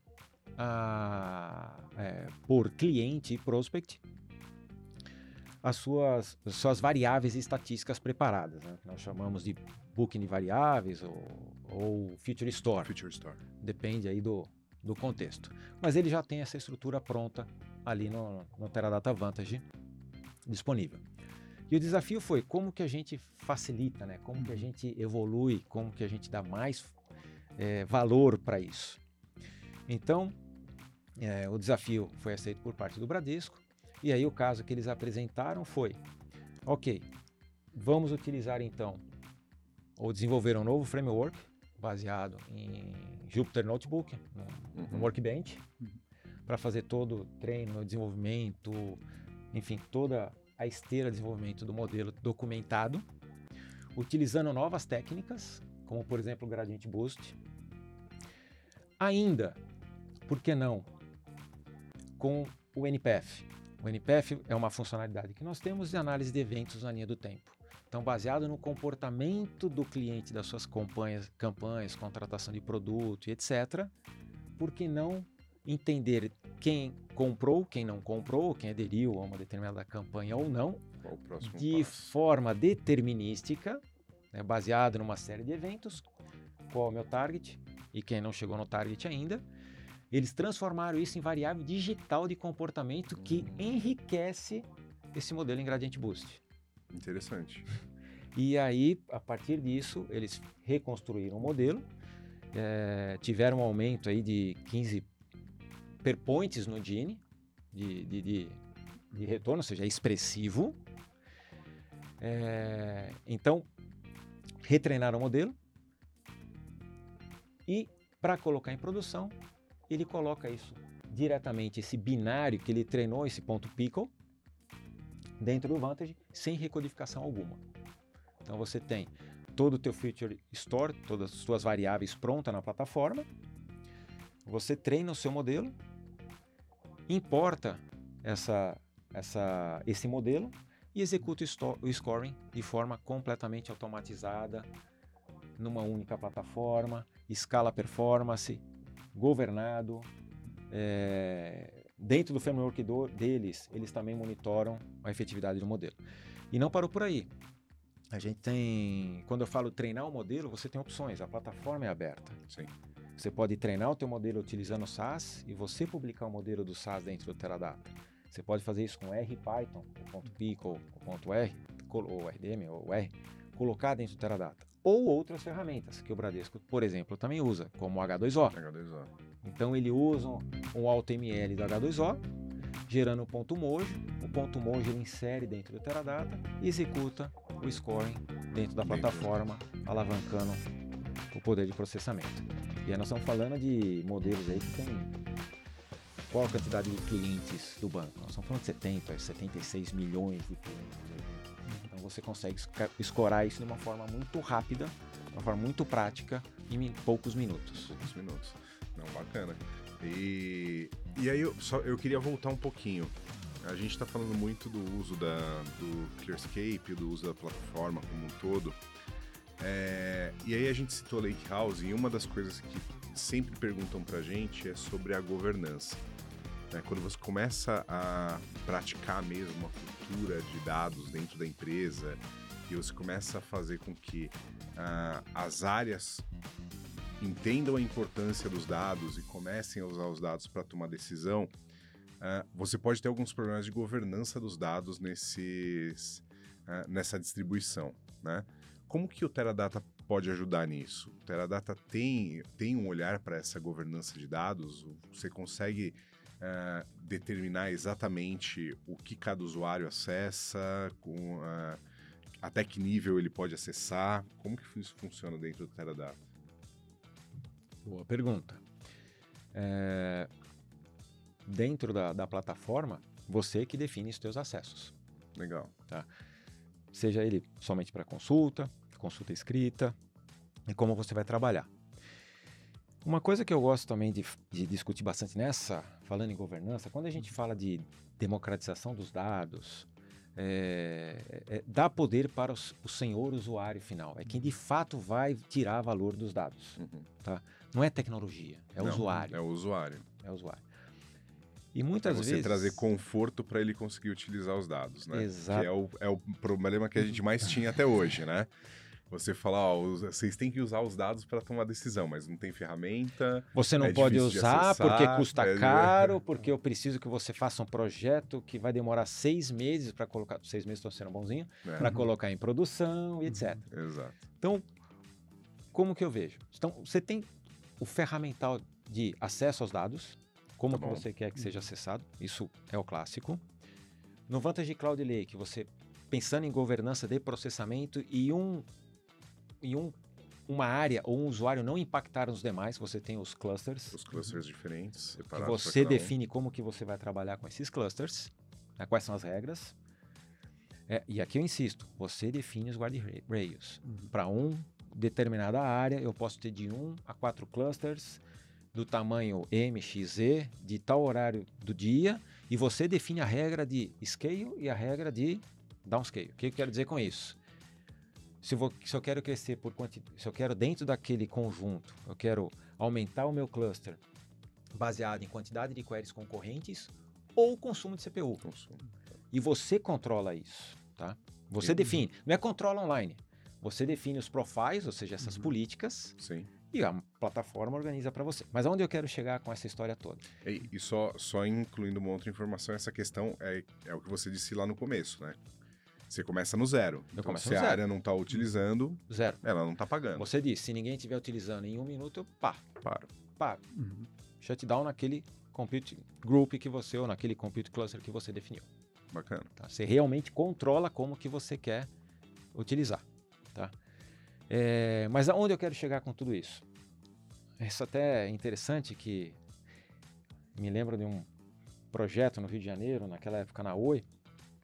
Speaker 2: por cliente e prospect as suas variáveis estatísticas preparadas, né? Nós chamamos de booking de variáveis ou Feature Store.
Speaker 1: Feature Store.
Speaker 2: Depende aí do contexto. Mas ele já tem essa estrutura pronta ali no Teradata Vantage disponível. E o desafio foi como que a gente facilita, né? Como que a gente evolui, como que a gente dá mais valor para isso. Então, o desafio foi aceito por parte do Bradesco. E aí o caso que eles apresentaram foi, ok, vamos utilizar então, ou desenvolver um novo framework baseado em Jupyter Notebook, no Workbench, para fazer todo o treino, desenvolvimento, enfim, toda a esteira de desenvolvimento do modelo documentado, utilizando novas técnicas, como por exemplo o Gradient Boost. Ainda, por que não, com o NPF. O NPF é uma funcionalidade que nós temos de análise de eventos na linha do tempo. Então, baseado no comportamento do cliente das suas campanhas, contratação de produto e etc., por que não entender quem comprou, quem não comprou, quem aderiu a uma determinada campanha ou não,
Speaker 1: Qual o próximo
Speaker 2: de
Speaker 1: passo?
Speaker 2: forma determinística, né, baseado numa série de eventos, qual é o meu target e quem não chegou no target ainda. Eles transformaram isso em variável digital de comportamento que enriquece esse modelo em Gradient Boost.
Speaker 1: Interessante.
Speaker 2: E aí, a partir disso, eles reconstruíram o modelo, tiveram um aumento aí de 15 perpoints no Gini de retorno, ou seja, é expressivo. Então, retreinaram o modelo e, para colocar em produção, ele coloca isso diretamente, esse binário que ele treinou, esse ponto pickle, dentro do Vantage sem recodificação alguma. Então você tem todo o teu feature store, todas as suas variáveis prontas na plataforma, você treina o seu modelo, importa esse modelo e executa o scoring de forma completamente automatizada, numa única plataforma, escala performance, governado. Dentro do framework deles, eles também monitoram a efetividade do modelo. E não parou por aí. A gente tem, quando eu falo treinar o modelo, você tem opções, a plataforma é aberta.
Speaker 1: Sim.
Speaker 2: Você pode treinar o teu modelo utilizando o SAS e você publicar o modelo do SAS dentro do Teradata. Você pode fazer isso com RPython, o .pico, o .r, ou RDM, ou R, colocar dentro do Teradata. Ou outras ferramentas que o Bradesco, por exemplo, também usa, como o H2O.
Speaker 1: H2O.
Speaker 2: Então ele usa um AutoML do H2O, gerando um ponto Mojo. O ponto Mojo ele insere dentro do Teradata e executa o scoring dentro da plataforma, alavancando o poder de processamento. E aí nós estamos falando de modelos aí que tem qual a quantidade de clientes do banco? Nós estamos falando de 70, 76 milhões de clientes. Então você consegue escorar isso de uma forma muito rápida, de uma forma muito prática, em poucos minutos.
Speaker 1: Poucos minutos. Não, bacana. E aí eu queria voltar um pouquinho. A gente está falando muito do uso do ClearScape, do uso da plataforma como um todo. E aí a gente citou Lakehouse e uma das coisas que sempre perguntam para a gente é sobre a governança. Quando você começa a praticar mesmo a cultura de dados dentro da empresa e você começa a fazer com que as áreas entendam a importância dos dados e comecem a usar os dados para tomar decisão, você pode ter alguns problemas de governança dos dados nessa distribuição, né? Como que o Teradata pode ajudar nisso? O Teradata tem um olhar para essa governança de dados? Você consegue determinar exatamente o que cada usuário acessa, até que nível ele pode acessar? Como que isso funciona dentro do Teradata?
Speaker 2: Boa pergunta. Dentro da plataforma, você que define os seus acessos.
Speaker 1: Legal.
Speaker 2: Tá? Seja ele somente para consulta escrita, e como você vai trabalhar. Uma coisa que eu gosto também de discutir bastante falando em governança, quando a gente fala de democratização dos dados, dá poder para o senhor usuário final. É quem de fato vai tirar valor dos dados.
Speaker 1: Uhum.
Speaker 2: Tá? Não é tecnologia, é o usuário.
Speaker 1: É o usuário.
Speaker 2: É o usuário. E muitas vezes...
Speaker 1: você trazer conforto para ele conseguir utilizar os dados, né?
Speaker 2: Exato.
Speaker 1: Que é o problema que a gente mais tinha até hoje, né? Você fala, vocês têm que usar os dados para tomar decisão, mas não tem ferramenta.
Speaker 2: Você não pode usar porque custa caro, porque eu preciso que você faça um projeto que vai demorar 6 meses para colocar. 6 meses estou sendo bonzinho, para colocar em produção e etc.
Speaker 1: Exato.
Speaker 2: Então, como que eu vejo? Então, você tem o ferramental de acesso aos dados, como que você quer que seja acessado, isso é o clássico. No Vantage Cloud Lake, você pensando em governança de processamento e uma área ou um usuário não impactar os demais, você tem os clusters.
Speaker 1: Os clusters diferentes,
Speaker 2: que você define como que você vai trabalhar com esses clusters, né, quais são as regras. E aqui eu insisto, você define os guardrails. Para determinada área, eu posso ter de 1 a 4 clusters do tamanho M, X, Z, de tal horário do dia, e você define a regra de scale e a regra de downscale. O que eu quero dizer com isso? Se eu quero crescer se eu quero dentro daquele conjunto, eu quero aumentar o meu cluster baseado em quantidade de queries concorrentes ou consumo de CPU. E você controla isso, tá? Você define, não é controla online. Você define os profiles, ou seja, essas políticas.
Speaker 1: Sim.
Speaker 2: E a plataforma organiza para você. Mas aonde eu quero chegar com essa história toda?
Speaker 1: E só incluindo uma outra informação, essa questão é o que você disse lá no começo, né? Você começa no zero. Então, se a área não está utilizando,
Speaker 2: zero.
Speaker 1: Ela não está pagando.
Speaker 2: Você disse, se ninguém estiver utilizando em 1 minuto, eu paro. Shutdown naquele compute group que você, ou naquele compute cluster que você definiu.
Speaker 1: Bacana.
Speaker 2: Tá? Você realmente controla como que você quer utilizar. Tá? Mas aonde eu quero chegar com tudo isso? Isso até é interessante, que me lembro de um projeto no Rio de Janeiro, naquela época na Oi.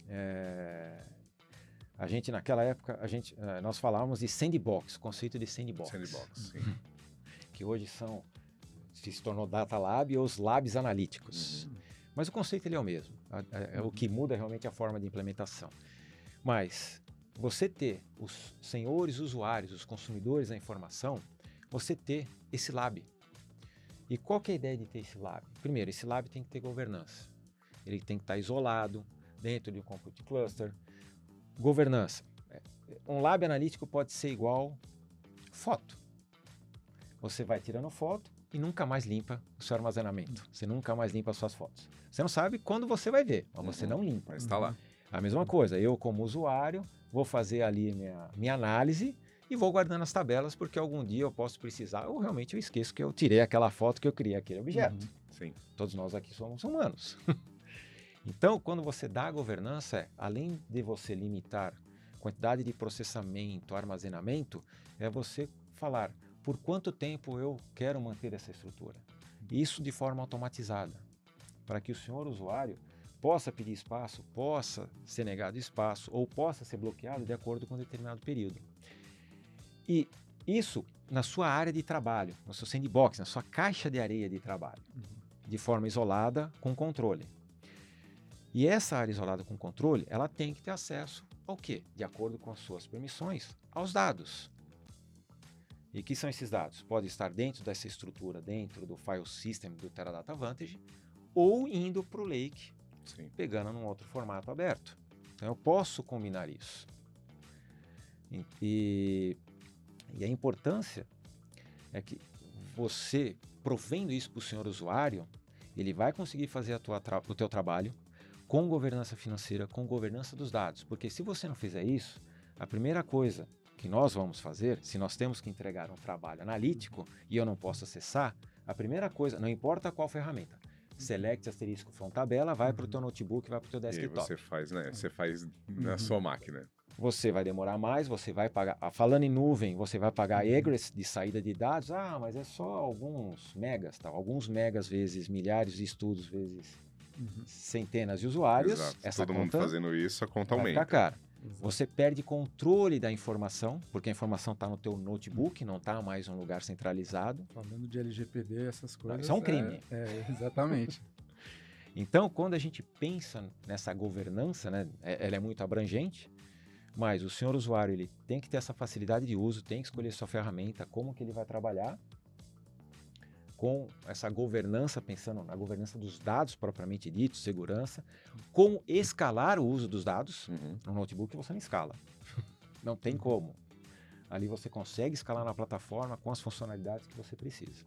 Speaker 2: A gente, naquela época, nós falávamos de sandbox, conceito de sandbox.
Speaker 1: Sandbox, sim.
Speaker 2: Que hoje se tornou Data Lab ou os labs analíticos. Mas o conceito ele é o mesmo. O que muda é realmente a forma de implementação. Mas você ter os senhores usuários, os consumidores da informação, você ter esse lab. E qual que é a ideia de ter esse lab? Primeiro, esse lab tem que ter governança. Ele tem que estar isolado, dentro de um compute cluster. Governança. Um lab analítico pode ser igual foto. Você vai tirando foto e nunca mais limpa o seu armazenamento. Você nunca mais limpa as suas fotos. Você não sabe quando você vai ver, mas você não limpa.
Speaker 1: Mas está lá.
Speaker 2: A mesma coisa, eu como usuário vou fazer ali minha análise e vou guardando as tabelas porque algum dia eu posso precisar ou realmente eu esqueço que eu tirei aquela foto que eu criei aquele objeto.
Speaker 1: Sim.
Speaker 2: Todos nós aqui somos humanos. Então, quando você dá a governança, além de você limitar quantidade de processamento, armazenamento, é você falar por quanto tempo eu quero manter essa estrutura. Isso de forma automatizada, para que o senhor usuário possa pedir espaço, possa ser negado espaço ou possa ser bloqueado de acordo com um determinado período. E isso na sua área de trabalho, no seu sandbox, na sua caixa de areia de trabalho, de forma isolada, com controle. E essa área isolada com controle, ela tem que ter acesso ao quê? De acordo com as suas permissões, aos dados. E que são esses dados? Pode estar dentro dessa estrutura, dentro do file system do Teradata Vantage, ou indo para o Lake, pegando num outro formato aberto. Então eu posso combinar isso. E a importância é que você, provendo isso para o senhor usuário, ele vai conseguir fazer o teu trabalho com governança financeira, com governança dos dados. Porque se você não fizer isso, a primeira coisa que nós vamos fazer, se nós temos que entregar um trabalho analítico e eu não posso acessar, a primeira coisa, não importa qual ferramenta, select asterisco from tabela, vai para o teu notebook, vai para o teu desktop.
Speaker 1: E aí você faz, né? Você faz na sua máquina.
Speaker 2: Você vai demorar mais, você vai pagar, falando em nuvem, você vai pagar egress de saída de dados, mas é só alguns megas, tá? Alguns megas vezes milhares de estudos vezes centenas de usuários.
Speaker 1: Exato.
Speaker 2: Essa
Speaker 1: Todo
Speaker 2: conta
Speaker 1: mundo fazendo isso, a conta
Speaker 2: vai
Speaker 1: aumenta.
Speaker 2: ficar cara. Você perde controle da informação, porque a informação está no teu notebook, não está mais em um lugar centralizado.
Speaker 3: Falando de LGPD, essas coisas...
Speaker 2: Isso é um crime.
Speaker 3: Exatamente.
Speaker 2: Então, quando a gente pensa nessa governança, né, ela é muito abrangente, mas o senhor usuário ele tem que ter essa facilidade de uso, tem que escolher sua ferramenta, como que ele vai trabalhar com essa governança, pensando na governança dos dados propriamente dito, segurança, como escalar o uso dos dados. No notebook você não escala, não tem como. Ali você consegue escalar na plataforma com as funcionalidades que você precisa.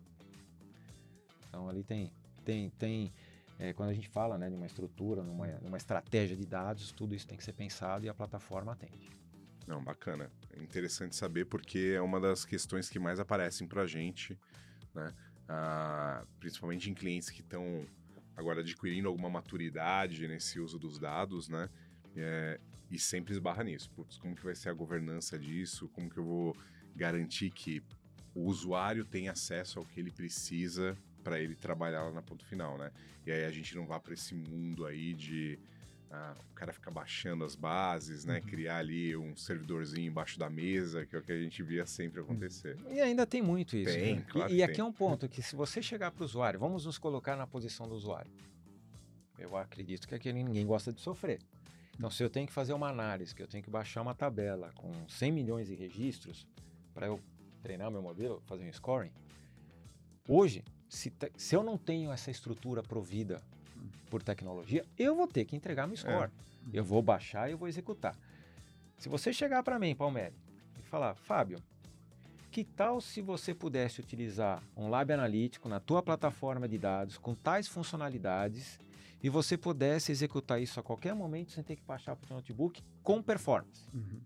Speaker 2: Então ali tem quando a gente fala, né, de uma estrutura, numa estratégia de dados, tudo isso tem que ser pensado e a plataforma atende.
Speaker 1: Não, bacana. É interessante saber porque é uma das questões que mais aparecem para a gente, né? Principalmente em clientes que estão agora adquirindo alguma maturidade nesse uso dos dados, né? E sempre esbarra nisso. Putz, como que vai ser a governança disso? Como que eu vou garantir que o usuário tem acesso ao que ele precisa para ele trabalhar lá na ponta final, né? E aí a gente não vá para esse mundo aí de o cara ficar baixando as bases, né? Criar ali um servidorzinho embaixo da mesa, que é o que a gente via sempre acontecer.
Speaker 2: E ainda tem muito isso.
Speaker 1: Tem,
Speaker 2: né?
Speaker 1: claro
Speaker 2: e
Speaker 1: que
Speaker 2: aqui
Speaker 1: tem.
Speaker 2: é um ponto que se você chegar para o usuário, vamos nos colocar na posição do usuário. Eu acredito que aqui ninguém gosta de sofrer. Então, se eu tenho que fazer uma análise, que eu tenho que baixar uma tabela com 100 milhões de registros para eu treinar meu modelo, fazer um scoring, hoje, se eu não tenho essa estrutura provida por tecnologia, eu vou ter que entregar meu score. Eu vou baixar e eu vou executar. Se você chegar para mim, Palmeri, e falar, Fábio, que tal se você pudesse utilizar um lab analítico na tua plataforma de dados com tais funcionalidades e você pudesse executar isso a qualquer momento sem ter que baixar para o notebook com performance?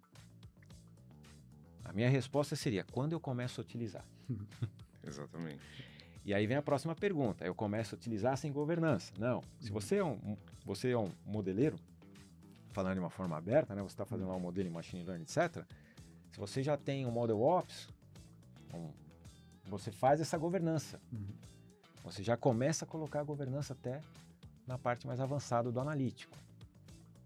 Speaker 2: A minha resposta seria, quando eu começo a utilizar?
Speaker 1: Exatamente.
Speaker 2: E aí vem a próxima pergunta, eu começo a utilizar sem governança? Não. Se você é um modeleiro, falando de uma forma aberta, né, você está fazendo lá um modelo em machine learning, etc. Se você já tem um model ops, você faz essa governança. Você já começa a colocar a governança até na parte mais avançada do analítico.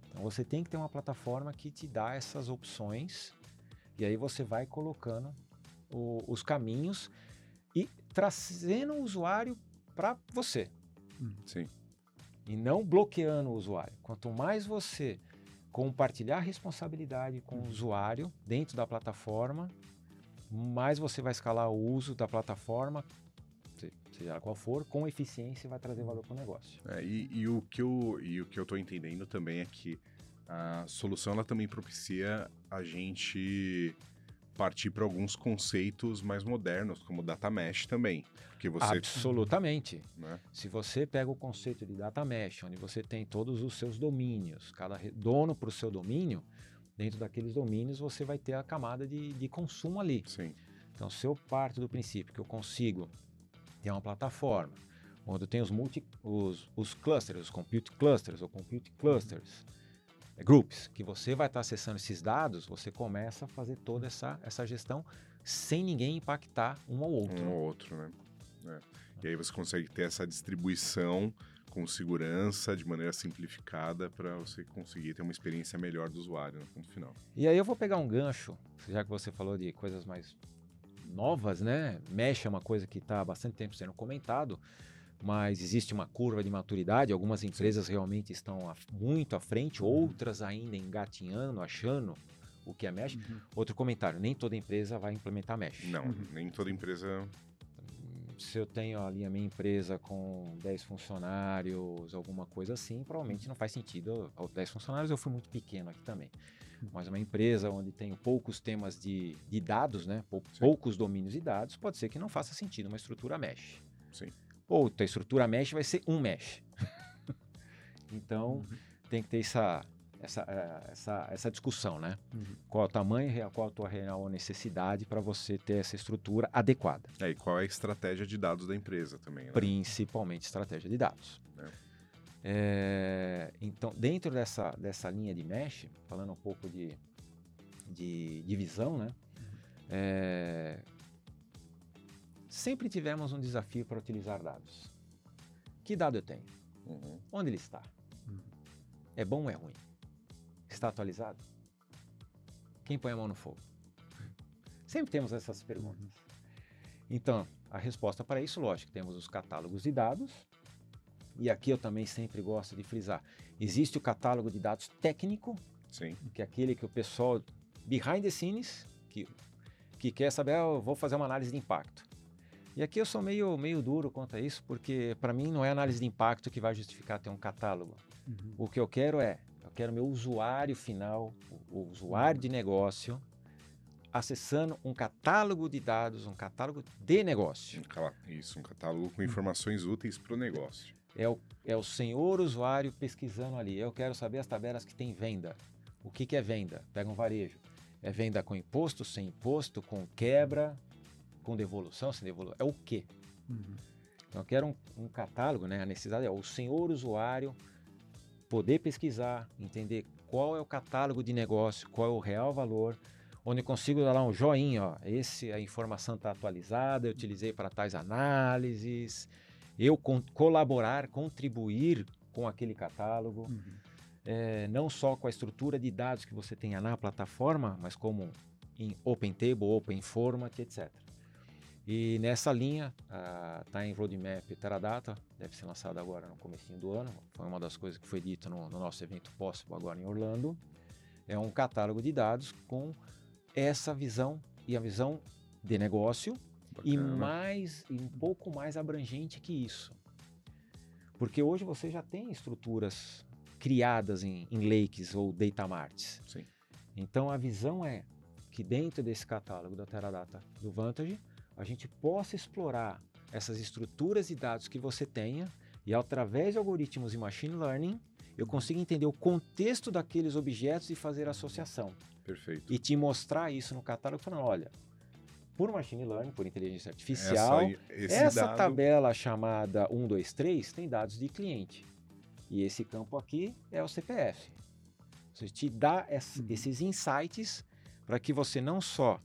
Speaker 2: Então você tem que ter uma plataforma que te dá essas opções e aí você vai colocando os caminhos e trazendo o usuário para você.
Speaker 1: Sim.
Speaker 2: E não bloqueando o usuário. Quanto mais você compartilhar a responsabilidade com o usuário dentro da plataforma, mais você vai escalar o uso da plataforma, seja qual for, com eficiência e vai trazer valor para o negócio.
Speaker 1: E o que eu estou entendendo também é que a solução ela também propicia a gente partir para alguns conceitos mais modernos, como data mesh também. Que você,
Speaker 2: absolutamente.
Speaker 1: Né?
Speaker 2: Se você pega o conceito de data mesh, onde você tem todos os seus domínios, cada dono para o seu domínio, dentro daqueles domínios você vai ter a camada de consumo ali.
Speaker 1: Sim.
Speaker 2: Então, se eu parto do princípio que eu consigo ter uma plataforma onde eu tenho os clusters, os compute clusters ou compute clusters, groups, que você vai estar acessando esses dados, você começa a fazer toda essa gestão sem ninguém impactar um ao outro.
Speaker 1: Um ou outro, né? E aí você consegue ter essa distribuição com segurança, de maneira simplificada, para você conseguir ter uma experiência melhor do usuário no ponto final.
Speaker 2: E aí eu vou pegar um gancho, já que você falou de coisas mais novas, né? Mesh é uma coisa que está há bastante tempo sendo comentado, mas existe uma curva de maturidade, algumas empresas realmente estão muito à frente, outras ainda engatinhando, achando o que é Mesh. Outro comentário, nem toda empresa vai implementar Mesh.
Speaker 1: Não, nem toda empresa...
Speaker 2: Se eu tenho ali a minha empresa com 10 funcionários, alguma coisa assim, provavelmente não faz sentido. 10 funcionários eu fui muito pequeno aqui também. Mas uma empresa onde tenho poucos temas de dados, né? Poucos domínios de dados, pode ser que não faça sentido uma estrutura Mesh.
Speaker 1: Sim.
Speaker 2: Ou a estrutura Mesh vai ser um Mesh. Então, tem que ter essa discussão, né? Qual é o tamanho real, qual a tua real necessidade para você ter essa estrutura adequada.
Speaker 1: E qual é a estratégia de dados da empresa também, né?
Speaker 2: Principalmente estratégia de dados. Então, dentro dessa linha de Mesh, falando um pouco de visão, né? Sempre tivemos um desafio para utilizar dados. Que dado eu tenho? Onde ele está? É bom ou é ruim? Está atualizado? Quem põe a mão no fogo? Sempre temos essas perguntas. Então, a resposta para isso, lógico, temos os catálogos de dados, e aqui eu também sempre gosto de frisar, existe o catálogo de dados técnico,
Speaker 1: Sim.
Speaker 2: que é aquele que o pessoal behind the scenes, que quer saber, eu vou fazer uma análise de impacto. E aqui eu sou meio duro quanto a isso, porque para mim não é análise de impacto que vai justificar ter um catálogo. O que eu quero meu usuário final, o usuário de negócio, acessando um catálogo de dados, um catálogo de negócio.
Speaker 1: Isso, um catálogo com informações úteis para o negócio.
Speaker 2: É o senhor usuário pesquisando ali. Eu quero saber as tabelas que tem venda. O que é venda? Pega um varejo. É venda com imposto, sem imposto, com quebra, com devolução, sem devolução. É o quê? Então eu quero um catálogo, né? A necessidade é o senhor usuário poder pesquisar, entender qual é o catálogo de negócio, qual é o real valor, onde eu consigo dar lá um joinha, ó, a informação está atualizada, eu utilizei para tais análises, eu colaborar, contribuir com aquele catálogo, não só com a estrutura de dados que você tenha na plataforma, mas como em Open Table, Open Format, etc. E nessa linha, está em Roadmap Teradata, deve ser lançado agora no comecinho do ano, foi uma das coisas que foi dita no nosso evento Possible agora em Orlando. É um catálogo de dados com essa visão e a visão de negócio. Bacana. E um pouco mais abrangente que isso. Porque hoje você já tem estruturas criadas em lakes ou data marts.
Speaker 1: Sim.
Speaker 2: Então a visão é que dentro desse catálogo da Teradata do Vantage, a gente possa explorar essas estruturas de dados que você tenha e através de algoritmos e machine learning, eu consigo entender o contexto daqueles objetos e fazer associação.
Speaker 1: Perfeito.
Speaker 2: E te mostrar isso no catálogo falando, olha, por machine learning, por inteligência artificial, essa tabela chamada 1, 2, 3 tem dados de cliente. E esse campo aqui é o CPF. Ou seja, te dá esses insights para que você não só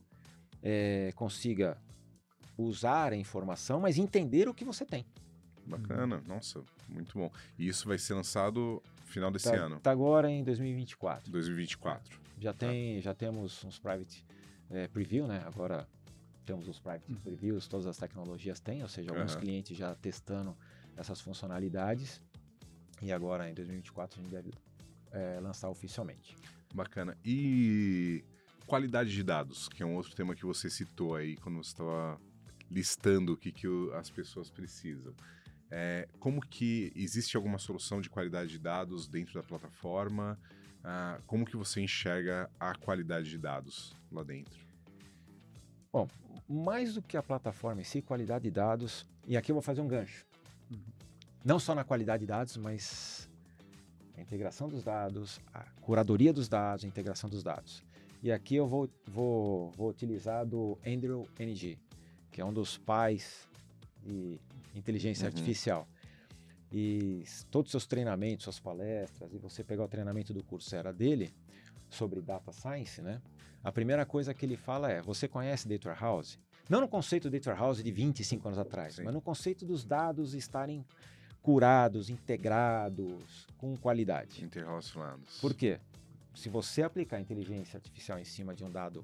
Speaker 2: consiga usar a informação, mas entender o que você tem.
Speaker 1: Bacana, nossa, muito bom. E isso vai ser lançado final desse ano.
Speaker 2: Tá agora em 2024.
Speaker 1: 2024.
Speaker 2: Já temos uns private preview, né? Agora temos os private previews, todas as tecnologias têm, ou seja, alguns clientes já testando essas funcionalidades. E agora, em 2024, a gente deve lançar oficialmente.
Speaker 1: Bacana. E qualidade de dados, que é um outro tema que você citou aí quando você estava listando o que as pessoas precisam. Como que existe alguma solução de qualidade de dados dentro da plataforma? Como que você enxerga a qualidade de dados lá dentro?
Speaker 2: Bom, mais do que a plataforma em si, qualidade de dados, e aqui eu vou fazer um gancho. Não só na qualidade de dados, mas a integração dos dados, a curadoria dos dados, a integração dos dados. E aqui eu vou utilizar do Andrew Ng, que é um dos pais de inteligência artificial. E todos os seus treinamentos, suas palestras, e você pegar o treinamento do Coursera dele sobre Data Science, né? A primeira coisa que ele fala você conhece Data Warehouse? Não no conceito de Data Warehouse de 25 anos atrás, mas no conceito dos dados estarem curados, integrados, com qualidade.
Speaker 1: Interrelacionados.
Speaker 2: Por quê? Se você aplicar inteligência artificial em cima de um dado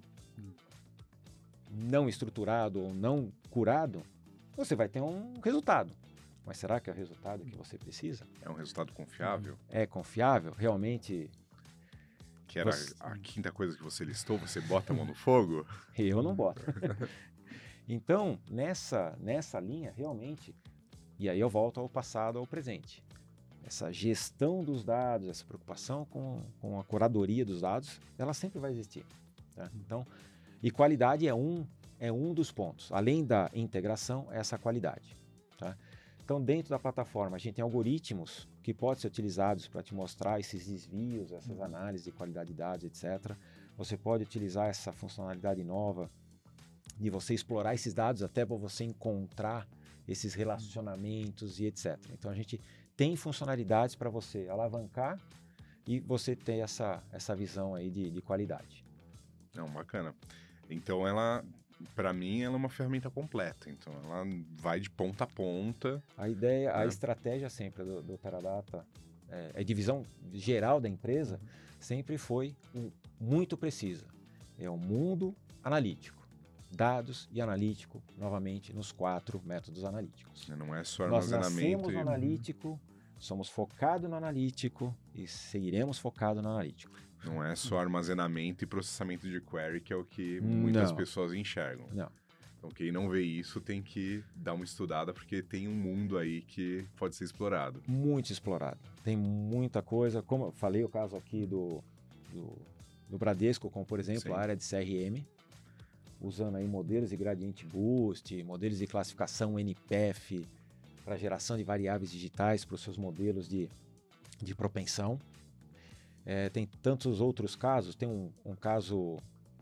Speaker 2: não estruturado ou não curado, você vai ter um resultado. Mas será que é o resultado que você precisa?
Speaker 1: É um resultado confiável?
Speaker 2: É confiável? Realmente?
Speaker 1: Que era a quinta coisa que você listou, você bota a mão no fogo?
Speaker 2: Eu não boto. Então, nessa linha, realmente, e aí eu volto ao passado, ao presente. Essa gestão dos dados, essa preocupação com a curadoria dos dados, ela sempre vai existir. Tá? Então, e qualidade é um dos pontos. Além da integração, é essa qualidade. Tá? Então, dentro da plataforma, a gente tem algoritmos que podem ser utilizados para te mostrar esses desvios, essas análises de qualidade de dados, etc. Você pode utilizar essa funcionalidade nova de você explorar esses dados até para você encontrar esses relacionamentos e etc. Então, a gente tem funcionalidades para você alavancar e você ter essa visão aí de qualidade.
Speaker 1: Não, bacana. Então, para mim, ela é uma ferramenta completa. Então, ela vai de ponta a ponta.
Speaker 2: A ideia, a estratégia sempre do Teradata, a divisão geral da empresa, sempre foi muito precisa. É o mundo analítico, dados e analítico, novamente, nos 4 métodos analíticos.
Speaker 1: Não é só armazenamento.
Speaker 2: Nós nascemos no analítico, somos focados no analítico e seguiremos focados no analítico.
Speaker 1: Não é só armazenamento e processamento de query, que é o que muitas pessoas enxergam.
Speaker 2: Não.
Speaker 1: Então, quem não vê isso tem que dar uma estudada, porque tem um mundo aí que pode ser explorado.
Speaker 2: Muito explorado. Tem muita coisa. Como eu falei, o caso aqui do Bradesco, como, por exemplo, a área de CRM, usando aí modelos de Gradient Boost, modelos de classificação NPF para geração de variáveis digitais para os seus modelos de propensão. Tem tantos outros casos. Tem um caso,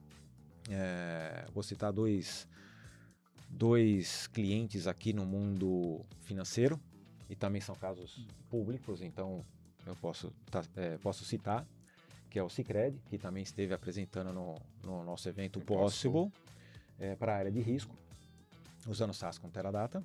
Speaker 2: vou citar dois clientes aqui no mundo financeiro, e também são casos públicos, então eu posso citar, que é o Sicredi, que também esteve apresentando no nosso evento Possible, para a área de risco, usando SaaS com Teradata.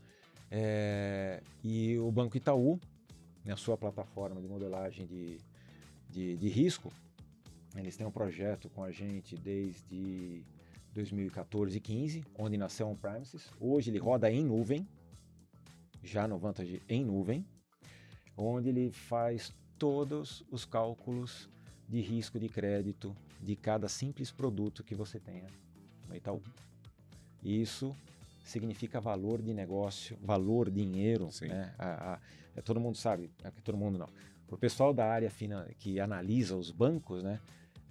Speaker 2: E o Banco Itaú, na sua plataforma de modelagem de risco, eles têm um projeto com a gente desde 2014 e 15, onde nasceu on-premises. Hoje ele roda em nuvem, já no Vantage em nuvem, onde ele faz todos os cálculos de risco de crédito de cada simples produto que você tenha no Itaú. Isso significa valor de negócio, valor dinheiro, né? Todo mundo sabe, todo mundo não. Para o pessoal da área que analisa os bancos, né?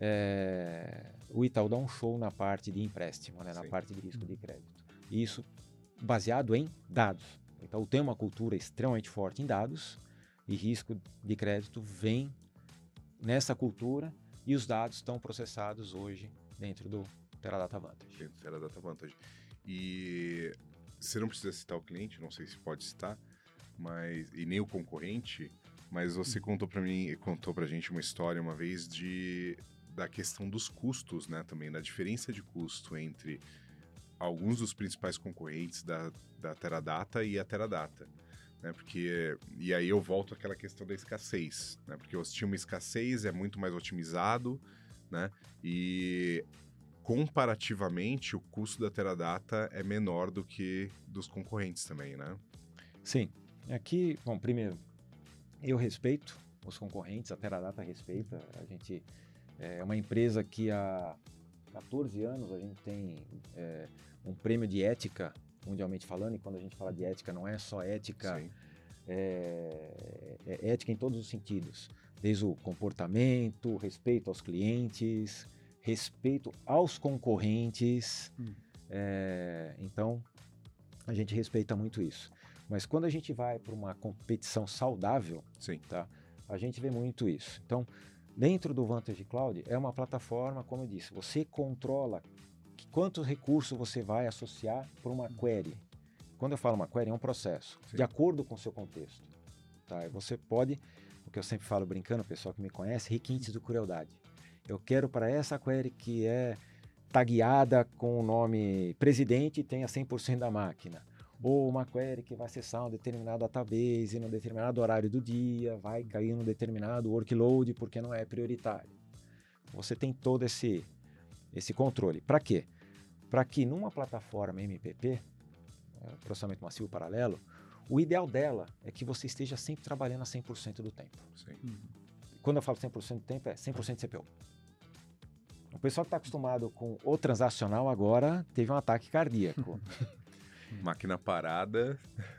Speaker 2: O Itaú dá um show na parte de empréstimo, né? Na parte de risco de crédito. Isso baseado em dados. O Itaú tem uma cultura extremamente forte em dados, e risco de crédito vem nessa cultura, e os dados estão processados hoje dentro do Teradata Vantage.
Speaker 1: Dentro do Teradata Vantage. E você não precisa citar o cliente, não sei se pode citar, e nem o concorrente, mas você contou pra gente uma história uma vez da questão dos custos, né, também, da diferença de custo entre alguns dos principais concorrentes da Teradata e a Teradata. né? E aí eu volto àquela questão da escassez, né? Porque se tinha uma escassez, é muito mais otimizado, né? E comparativamente, o custo da Teradata é menor do que dos concorrentes também, né?
Speaker 2: Sim. Aqui, bom, primeiro, eu respeito os concorrentes, a Teradata respeita. A gente é uma empresa que há 14 anos a gente tem um prêmio de ética, mundialmente falando, e quando a gente fala de ética, não é só ética, é ética em todos os sentidos, desde o comportamento, respeito aos clientes, respeito aos concorrentes. Então, a gente respeita muito isso. Mas quando a gente vai para uma competição saudável, tá, a gente vê muito isso. Então, dentro do Vantage Cloud, é uma plataforma, como eu disse, você controla quantos recursos você vai associar para uma query. Quando eu falo uma query, é um processo, de acordo com o seu contexto. Tá? E você pode, o que eu sempre falo brincando, o pessoal que me conhece, requintes de crueldade. Eu quero para essa query que é tagueada com o nome presidente e tenha 100% da máquina. Ou uma query que vai acessar um determinado database num determinado horário do dia, vai cair num determinado workload porque não é prioritário. Você tem todo esse controle. Para quê? Para que numa plataforma MPP, processamento massivo paralelo, o ideal dela é que você esteja sempre trabalhando a 100% do tempo. Quando eu falo 100% do tempo, é 100% CPU. O pessoal que está acostumado com o transacional agora teve um ataque cardíaco.
Speaker 1: Máquina parada.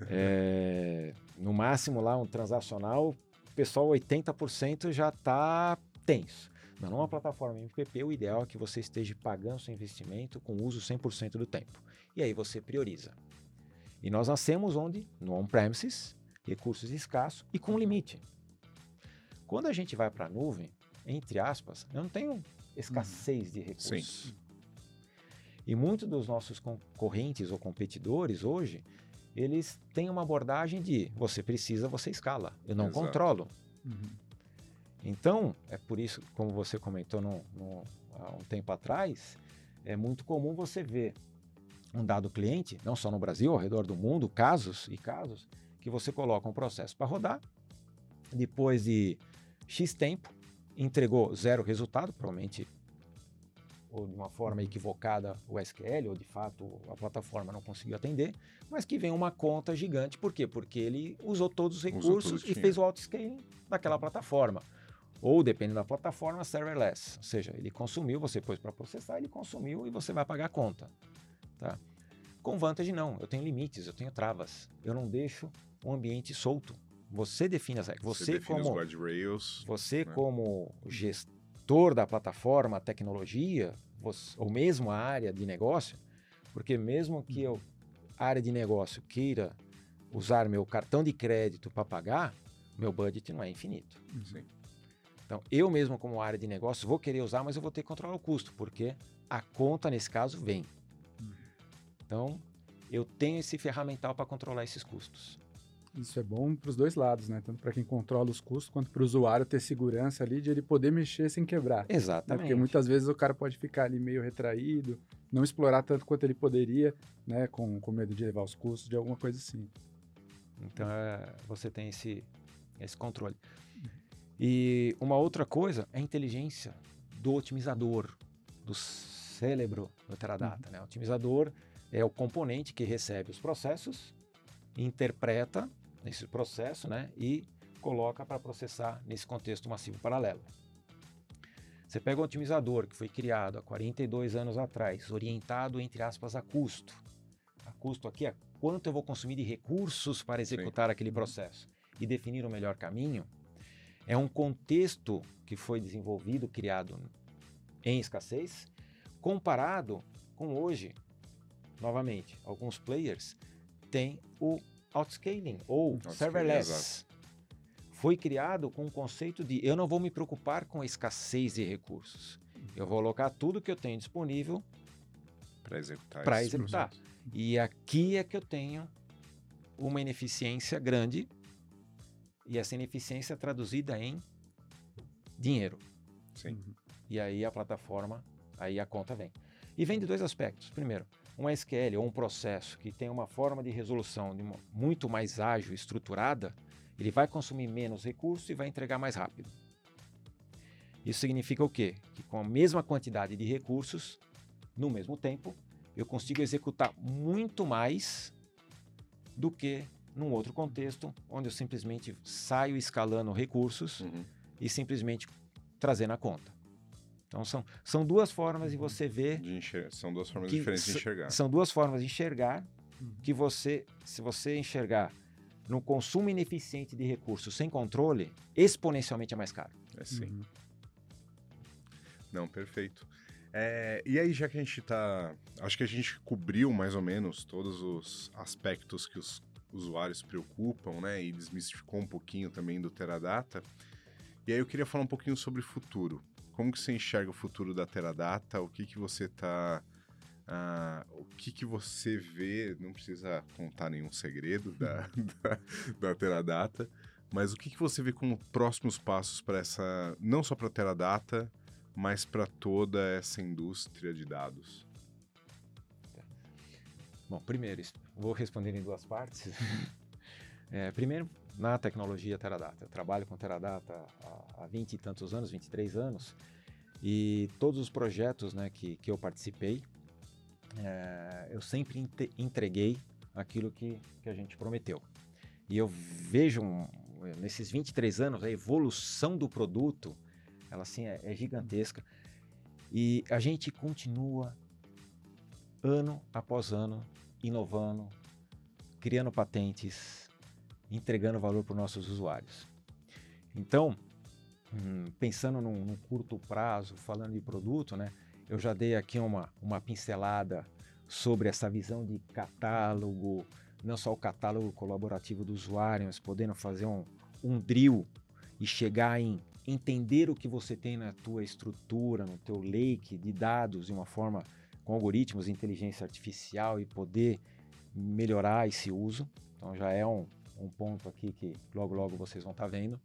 Speaker 2: No máximo lá um transacional, o pessoal 80% já está tenso. Mas numa plataforma MPP, o ideal é que você esteja pagando seu investimento com uso 100% do tempo. E aí você prioriza. E nós nascemos onde? No on-premises, recursos escassos e com limite. Quando a gente vai para a nuvem, entre aspas, eu não tenho escassez de recursos. E muitos dos nossos concorrentes ou competidores hoje, eles têm uma abordagem de você precisa, você escala. Eu não controlo. Então, é por isso, como você comentou há um tempo atrás, é muito comum você ver um dado cliente, não só no Brasil, ao redor do mundo, casos que você coloca um processo para rodar, depois de X tempo, entregou 0 resultado, provavelmente ou de uma forma equivocada o SQL, ou de fato a plataforma não conseguiu atender, mas que vem uma conta gigante. Por quê? Porque ele usou todos os recursos e fez o auto-scaling daquela plataforma. Ou, dependendo da plataforma, serverless. Ou seja, ele consumiu, você pôs para processar, ele consumiu e você vai pagar a conta. Tá? Com Vantage não, eu tenho limites, eu tenho travas. Eu não deixo um ambiente solto. Você define as regras.
Speaker 1: Você define os guardrails.
Speaker 2: Você, como gestor da plataforma, tecnologia, ou mesmo a área de negócio, porque mesmo que a área de negócio queira usar meu cartão de crédito para pagar, meu budget não é infinito. Então, eu mesmo como área de negócio vou querer usar, mas eu vou ter que controlar o custo, porque a conta, nesse caso, vem. Então, eu tenho esse ferramental para controlar esses custos.
Speaker 3: Isso é bom para os dois lados, né? Tanto para quem controla os custos, quanto para o usuário ter segurança ali de ele poder mexer sem quebrar.
Speaker 2: Exatamente.
Speaker 3: Né? Porque muitas vezes o cara pode ficar ali meio retraído, não explorar tanto quanto ele poderia, né? Com medo de levar os custos, de alguma coisa assim.
Speaker 2: Então, você tem esse controle. E uma outra coisa é a inteligência do otimizador, do cérebro do Teradata. Né? O otimizador é o componente que recebe os processos, interpreta esse processo, né, e coloca para processar nesse contexto massivo paralelo. Você pega um otimizador que foi criado há 42 anos atrás, orientado, entre aspas, a custo. A custo aqui é quanto eu vou consumir de recursos para executar aquele processo e definir o melhor caminho. É um contexto que foi desenvolvido, criado em escassez, comparado com hoje, novamente, alguns players têm o auto-scaling ou serverless. Foi criado com o conceito de eu não vou me preocupar com a escassez de recursos. Eu vou alocar tudo que eu tenho disponível para executar. E aqui é que eu tenho uma ineficiência grande, e essa ineficiência é traduzida em dinheiro. E aí a plataforma, aí a conta vem. E vem de dois aspectos. Primeiro, um SQL ou um processo que tem uma forma de resolução muito mais ágil e estruturada, ele vai consumir menos recursos e vai entregar mais rápido. Isso significa o quê? Que com a mesma quantidade de recursos, no mesmo tempo, eu consigo executar muito mais do que num outro contexto, onde eu simplesmente saio escalando recursos e simplesmente trazendo a conta. Então, são duas formas de você ver...
Speaker 1: São duas formas diferentes de enxergar.
Speaker 2: São duas formas de enxergar que se você enxergar no consumo ineficiente de recursos sem controle, exponencialmente é mais caro.
Speaker 1: É sim. Não, perfeito. E aí, já que a gente tá... Acho que a gente cobriu mais ou menos todos os aspectos que os usuários se preocupam, né? E desmistificou um pouquinho também do Teradata. E aí eu queria falar um pouquinho sobre o futuro. Como que você enxerga o futuro da Teradata? O que você tá... o que você vê? Não precisa contar nenhum segredo da Teradata, mas o que você vê como próximos passos para essa... Não só para a Teradata, mas para toda essa indústria de dados?
Speaker 2: Bom, primeiro, vou responder em duas partes. Primeiro, na tecnologia Teradata. Eu trabalho com Teradata há 20 e tantos anos, 23 anos, e todos os projetos, né, que eu participei, eu sempre entreguei aquilo que a gente prometeu. E eu vejo, nesses 23 anos, a evolução do produto, ela assim, é gigantesca. E a gente continua, ano após ano, inovando, criando patentes, entregando valor para os nossos usuários. Então, pensando num curto prazo, falando de produto, né, eu já dei aqui uma pincelada sobre essa visão de catálogo, não só o catálogo colaborativo do usuário, mas podendo fazer um drill e chegar em entender o que você tem na tua estrutura, no teu lake de dados de uma forma com algoritmos de inteligência artificial e poder melhorar esse uso. Então já é um ponto aqui que logo vocês vão estar vendo.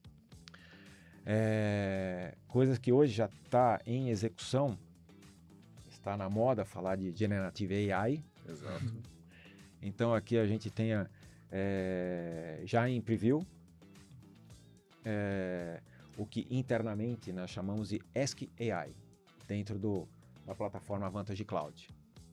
Speaker 2: Coisas que hoje já está em execução, está na moda falar de Generative AI.
Speaker 1: Exato.
Speaker 2: Então aqui a gente tem já em preview o que internamente nós chamamos de Ask AI, dentro da plataforma Vantage Cloud.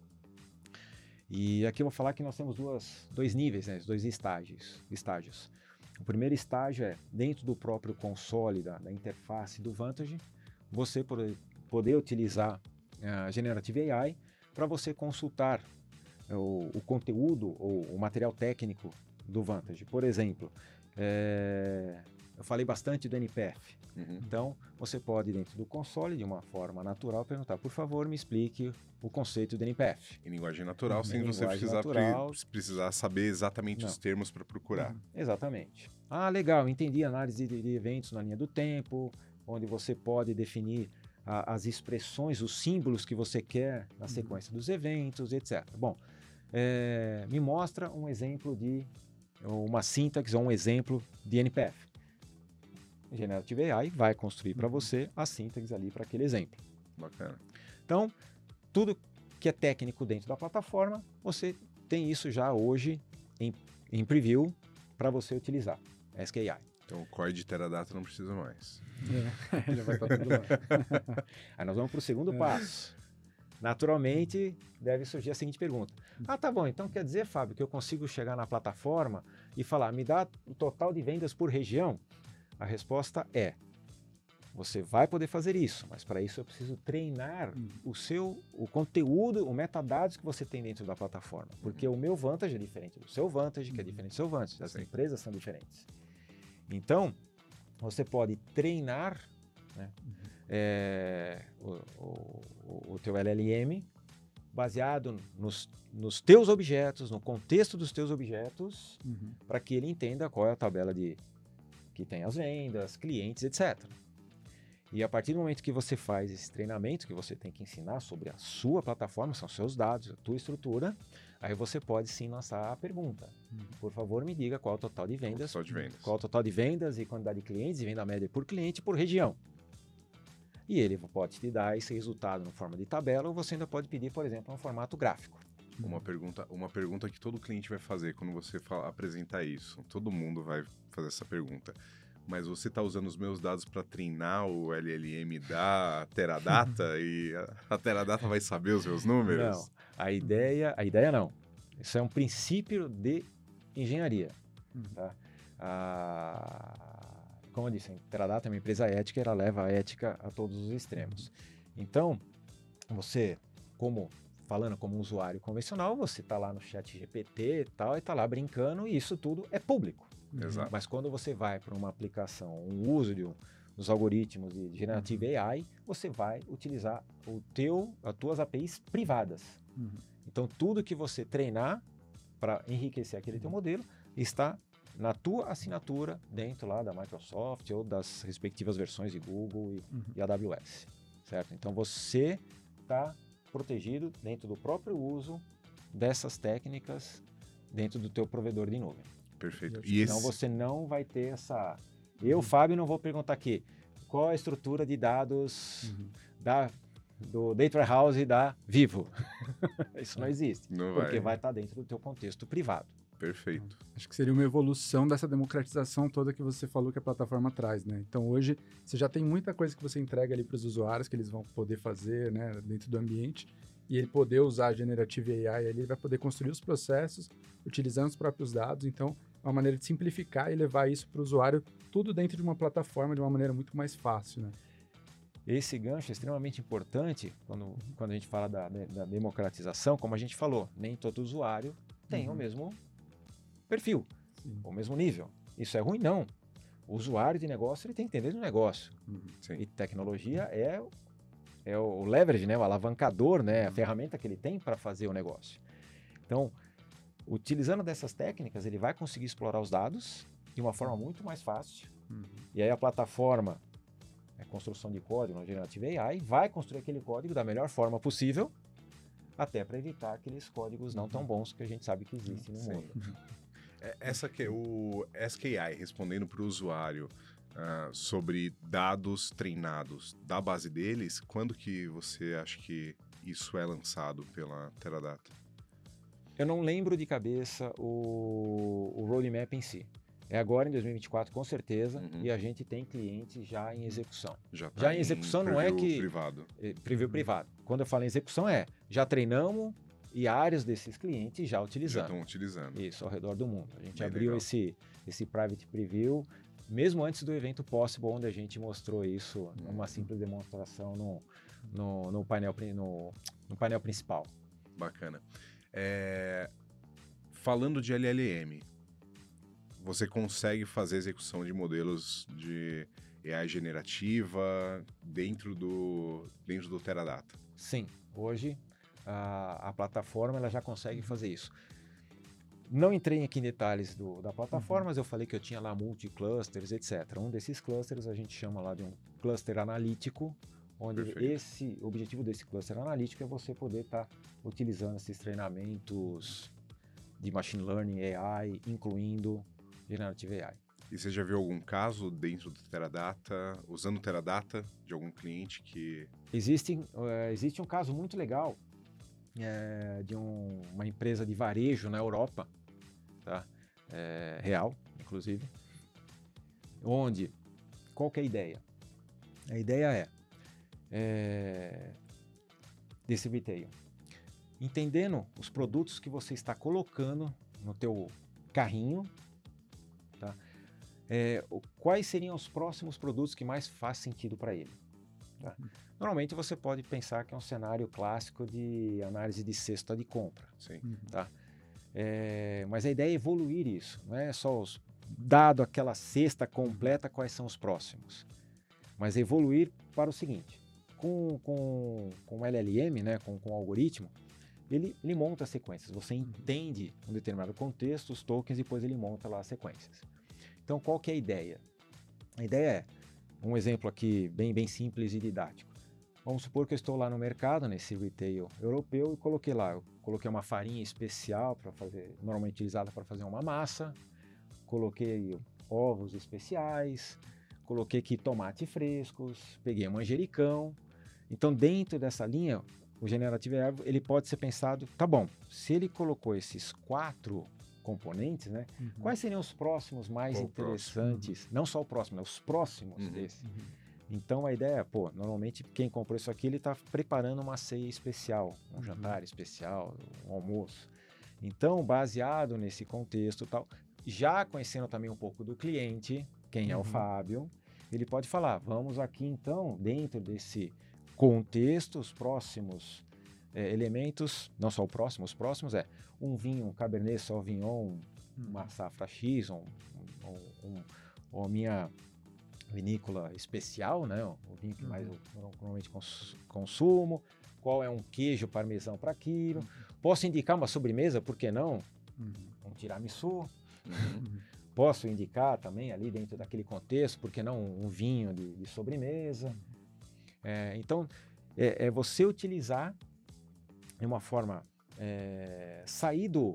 Speaker 2: E aqui eu vou falar que nós temos dois níveis, né, dois estágios. O primeiro estágio é dentro do próprio console, da interface do Vantage, você poder utilizar a Generative AI para você consultar o conteúdo ou o material técnico do Vantage. Por exemplo, eu falei bastante do NPF. Então, você pode, dentro do console, de uma forma natural, perguntar, por favor, me explique o conceito do NPF.
Speaker 1: Em linguagem natural, sem você precisar saber exatamente os termos para procurar.
Speaker 2: Exatamente. Legal, entendi a análise de eventos na linha do tempo, onde você pode definir as expressões, os símbolos que você quer na sequência dos eventos, etc. Bom, me mostra um exemplo de uma sintaxe ou um exemplo de NPF. Generative AI vai construir para você a síntese ali para aquele exemplo.
Speaker 1: Bacana.
Speaker 2: Então, tudo que é técnico dentro da plataforma, você tem isso já hoje em preview para você utilizar, Ask AI.
Speaker 1: Então, o core de Teradata não precisa mais.
Speaker 3: Já vai estar tudo lá.
Speaker 2: Aí nós vamos para o segundo passo. Naturalmente, deve surgir a seguinte pergunta. Tá bom, então quer dizer, Fábio, que eu consigo chegar na plataforma e falar, me dá o total de vendas por região? A resposta é, você vai poder fazer isso, mas para isso eu preciso treinar o conteúdo, o metadados que você tem dentro da plataforma, porque o meu Vantage é diferente do seu Vantage, que é diferente do seu Vantage, as empresas são diferentes. Então, você pode treinar, né, o teu LLM baseado nos teus objetos, no contexto dos teus objetos, para que ele entenda qual é a tabela que tem as vendas, clientes, etc. E a partir do momento que você faz esse treinamento, que você tem que ensinar sobre a sua plataforma, são seus dados, a tua estrutura, aí você pode sim lançar a pergunta. Por favor, me diga qual é o total de vendas, qual é o total de vendas e quantidade de clientes, e venda média por cliente por região. E ele pode te dar esse resultado na forma de tabela, ou você ainda pode pedir, por exemplo, um formato gráfico.
Speaker 1: Uma pergunta que todo cliente vai fazer quando você apresentar isso. Todo mundo vai fazer essa pergunta. Mas você está usando os meus dados para treinar o LLM da Teradata e a Teradata vai saber os meus números?
Speaker 2: Não, a ideia não. Isso é um princípio de engenharia. Tá? Como eu disse, a Teradata é uma empresa ética, ela leva a ética a todos os extremos. Então, você, falando como um usuário convencional, você está lá no chat GPT e tal, e está lá brincando, e isso tudo é público.
Speaker 1: Exato.
Speaker 2: Mas quando você vai para uma aplicação, um uso dos algoritmos de Generative AI, você vai utilizar as tuas APIs privadas. Então, tudo que você treinar para enriquecer aquele teu modelo está na tua assinatura dentro lá da Microsoft ou das respectivas versões de Google e AWS, certo? Então, você está protegido dentro do próprio uso dessas técnicas dentro do teu provedor de nuvem.
Speaker 1: Perfeito.
Speaker 2: Então você não vai ter essa... Eu, Fábio, não vou perguntar aqui qual a estrutura de dados do Data Warehouse da Vivo. Isso não existe, porque vai estar dentro do teu contexto privado.
Speaker 1: Perfeito.
Speaker 3: Acho que seria uma evolução dessa democratização toda que você falou que a plataforma traz, né? Então hoje você já tem muita coisa que você entrega ali para os usuários que eles vão poder fazer, né, dentro do ambiente, e ele poder usar a Generative AI ali, ele vai poder construir os processos utilizando os próprios dados. Então é uma maneira de simplificar e levar isso para o usuário tudo dentro de uma plataforma de uma maneira muito mais fácil, né?
Speaker 2: Esse gancho é extremamente importante quando a gente fala da democratização, como a gente falou, nem todo usuário tem o mesmo perfil, o mesmo nível. Isso é ruim? Não. O usuário de negócio ele tem que entender do negócio. E tecnologia é o leverage, né? O alavancador, né? A ferramenta que ele tem para fazer o negócio. Então, utilizando dessas técnicas, ele vai conseguir explorar os dados de uma forma muito mais fácil. E aí a plataforma, a construção de código no Generative AI, vai construir aquele código da melhor forma possível, até para evitar aqueles códigos não tão bons que a gente sabe que existem no mundo.
Speaker 1: Essa que é o SKI, respondendo para o usuário sobre dados treinados da base deles, quando que você acha que isso é lançado pela Teradata?
Speaker 2: Eu não lembro de cabeça o roadmap em si. É agora em 2024, com certeza, e a gente tem clientes já em execução. Já em execução não é que...
Speaker 1: privado.
Speaker 2: Preview privado. Quando eu falo em execução já treinamos e áreas desses clientes já utilizando.
Speaker 1: Já estão utilizando.
Speaker 2: Isso, ao redor do mundo. A gente abriu esse private preview mesmo antes do evento Possible, onde a gente mostrou isso numa simples demonstração no painel principal.
Speaker 1: Bacana. Falando de LLM, você consegue fazer execução de modelos de AI generativa dentro do Teradata?
Speaker 2: Sim, hoje a plataforma ela já consegue fazer isso. Não entrei aqui em detalhes da plataforma, mas eu falei que eu tinha lá multi-clusters, etc. Um desses clusters a gente chama lá de um cluster analítico, onde o objetivo desse cluster analítico é você poder estar utilizando esses treinamentos de Machine Learning, AI, incluindo Generative AI.
Speaker 1: E você já viu algum caso dentro do Teradata, usando o Teradata, de algum cliente que... Existe
Speaker 2: um caso muito legal de uma empresa de varejo na Europa, tá? Real, inclusive, onde, qual que é a ideia? A ideia desse retail, entendendo os produtos que você está colocando no teu carrinho, tá? Quais seriam os próximos produtos que mais faz sentido para ele? Tá? Normalmente você pode pensar que é um cenário clássico de análise de cesta de compra.
Speaker 1: Sim.
Speaker 2: Tá? Mas a ideia é evoluir isso, não é só dado aquela cesta completa, quais são os próximos, mas evoluir para o seguinte: com o LLM, né, com o algoritmo, ele monta sequências, você entende um determinado contexto, os tokens, e depois ele monta lá as sequências. Então qual que é a ideia? A ideia um exemplo aqui bem simples e didático. Vamos supor que eu estou lá no mercado, nesse retail europeu, e coloquei uma farinha especial para fazer, normalmente utilizada para fazer uma massa, coloquei ovos especiais, coloquei aqui tomate frescos, peguei manjericão. Então, dentro dessa linha, o Generative AI, ele pode ser pensado, tá bom, se ele colocou esses 4 componentes, né? Quais seriam os próximos mais
Speaker 1: Qual o
Speaker 2: interessantes? Não só o próximo, né? Os próximos desse. Então a ideia é, normalmente quem comprou isso aqui, ele está preparando uma ceia especial, um jantar especial, um almoço. Então, baseado nesse contexto e tal, já conhecendo também um pouco do cliente, quem é o Fábio, ele pode falar, vamos aqui então, dentro desse contexto, os próximos elementos, não só os próximos um vinho, um Cabernet Sauvignon, uma safra X, ou a minha vinícola especial, né? O vinho que mais eu normalmente consumo, qual é um queijo parmesão para aquilo. Posso indicar uma sobremesa, por que não? Um tiramisu. Posso indicar também ali dentro daquele contexto, por que não um vinho de sobremesa. Então, é você utilizar de uma forma, sair do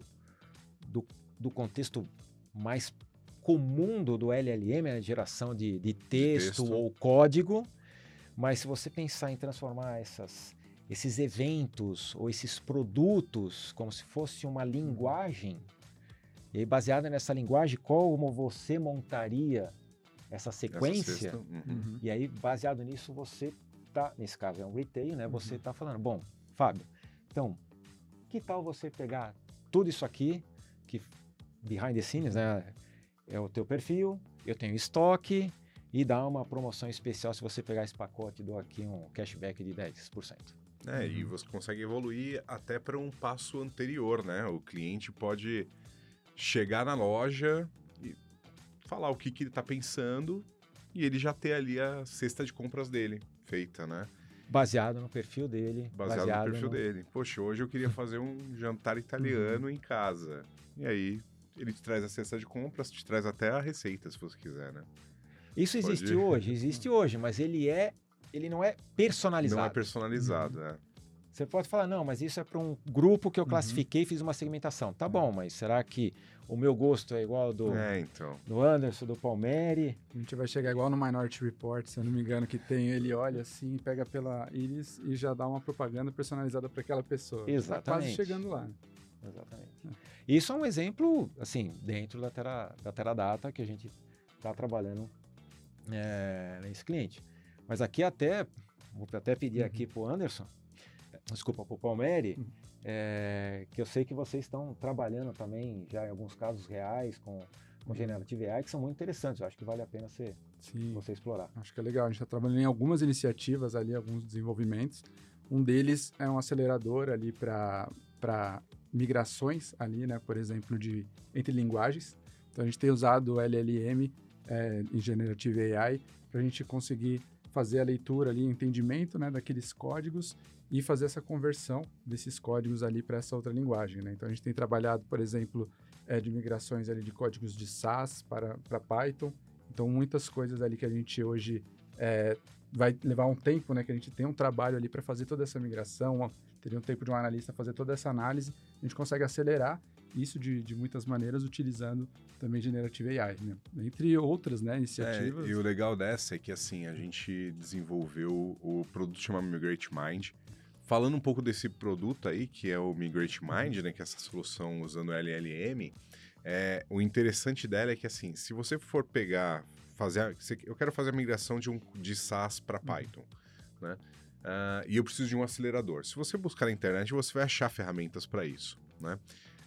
Speaker 2: contexto mais comum do LLM, a geração de texto ou código, mas se você pensar em transformar esses eventos ou esses produtos como se fosse uma linguagem, e aí, baseada nessa linguagem, como você montaria essa sequência, e aí, baseado nisso, você tá, nesse caso é um retail, né? Você tá falando, bom, Fábio, então, que tal você pegar tudo isso aqui, que behind the scenes, né? É o teu perfil, eu tenho estoque, e dá uma promoção especial se você pegar esse pacote, dou aqui um cashback de 10%.
Speaker 1: E você consegue evoluir até para um passo anterior, né? O cliente pode chegar na loja e falar o que ele está pensando e ele já ter ali a cesta de compras dele feita, né?
Speaker 2: Baseado no perfil dele.
Speaker 1: Baseado no perfil dele. Poxa, hoje eu queria fazer um jantar italiano em casa. E aí ele te traz a cesta de compras, te traz até a receita, se você quiser, né?
Speaker 2: Isso existe hoje, mas ele não é personalizado.
Speaker 1: Não é personalizado, né?
Speaker 2: Você pode falar, não, mas isso é para um grupo que eu classifiquei e fiz uma segmentação. Tá bom, mas será que o meu gosto é igual ao do Anderson, do Palmeri?
Speaker 3: A gente vai chegar igual no Minority Report, se eu não me engano, que tem ele olha assim, pega pela íris e já dá uma propaganda personalizada para aquela pessoa.
Speaker 2: Exatamente.
Speaker 3: Tá quase chegando lá.
Speaker 2: Exatamente. Isso é um exemplo, assim, dentro da Teradata que a gente está trabalhando nesse cliente. Mas aqui vou até pedir aqui para o Anderson, desculpa, para o Palmeri, que eu sei que vocês estão trabalhando também já em alguns casos reais com Generative AI, que são muito interessantes. Eu acho que vale a pena você explorar.
Speaker 3: Acho que é legal. A gente está trabalhando em algumas iniciativas ali, alguns desenvolvimentos. Um deles é um acelerador ali para migrações ali, né? Por exemplo, entre linguagens. Então, a gente tem usado o LLM em Generative AI para a gente conseguir fazer a leitura ali, entendimento, né, daqueles códigos e fazer essa conversão desses códigos ali para essa outra linguagem, né? Então, a gente tem trabalhado, por exemplo, de migrações ali de códigos de SAS para Python. Então, muitas coisas ali que a gente hoje vai levar um tempo, né? Que a gente tem um trabalho ali para fazer toda essa migração, teria um tempo de um analista fazer toda essa análise, a gente consegue acelerar isso de muitas maneiras utilizando também Generative AI, né? Entre outras, né, iniciativas.
Speaker 1: E o legal dessa é que, assim, a gente desenvolveu o produto chamado Migrate Mind. Falando um pouco desse produto aí, que é o Migrate Mind, né, que é essa solução usando LLM, o interessante dela é que, assim, se você for pegar, eu quero fazer a migração de SAS para Python, né? E eu preciso de um acelerador. Se você buscar na internet, você vai achar ferramentas para isso, né?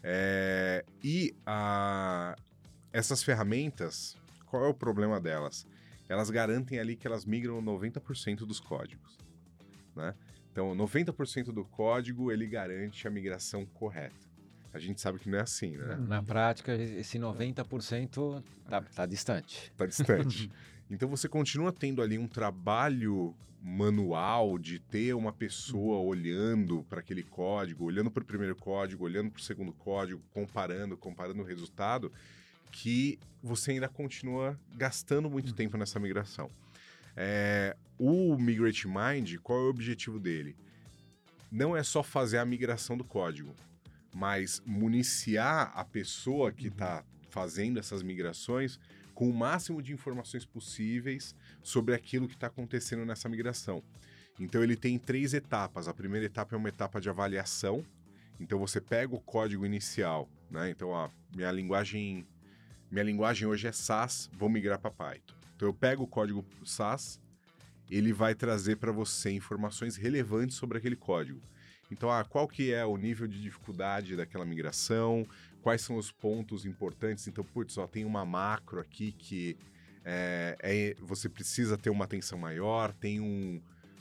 Speaker 1: Essas ferramentas, qual é o problema delas? Elas garantem ali que elas migram 90% dos códigos, né? Então, 90% do código, ele garante a migração correta. A gente sabe que não é assim, né?
Speaker 2: Na prática, esse 90% tá distante.
Speaker 1: Tá distante. Então, você continua tendo ali um trabalho manual de ter uma pessoa olhando para aquele código, olhando para o primeiro código, olhando para o segundo código, comparando o resultado, que você ainda continua gastando muito tempo nessa migração. O Migrate Mind, qual é o objetivo dele? Não é só fazer a migração do código, mas municiar a pessoa que está fazendo essas migrações com o máximo de informações possíveis sobre aquilo que está acontecendo nessa migração. Então ele tem 3 etapas. A primeira etapa é uma etapa de avaliação. Então você pega o código inicial, né? Então minha linguagem hoje é SAS, vou migrar para Python. Então eu pego o código SAS, ele vai trazer para você informações relevantes sobre aquele código. Então, qual que é o nível de dificuldade daquela migração, quais são os pontos importantes. Então, tem uma macro aqui que você precisa ter uma atenção maior, tem um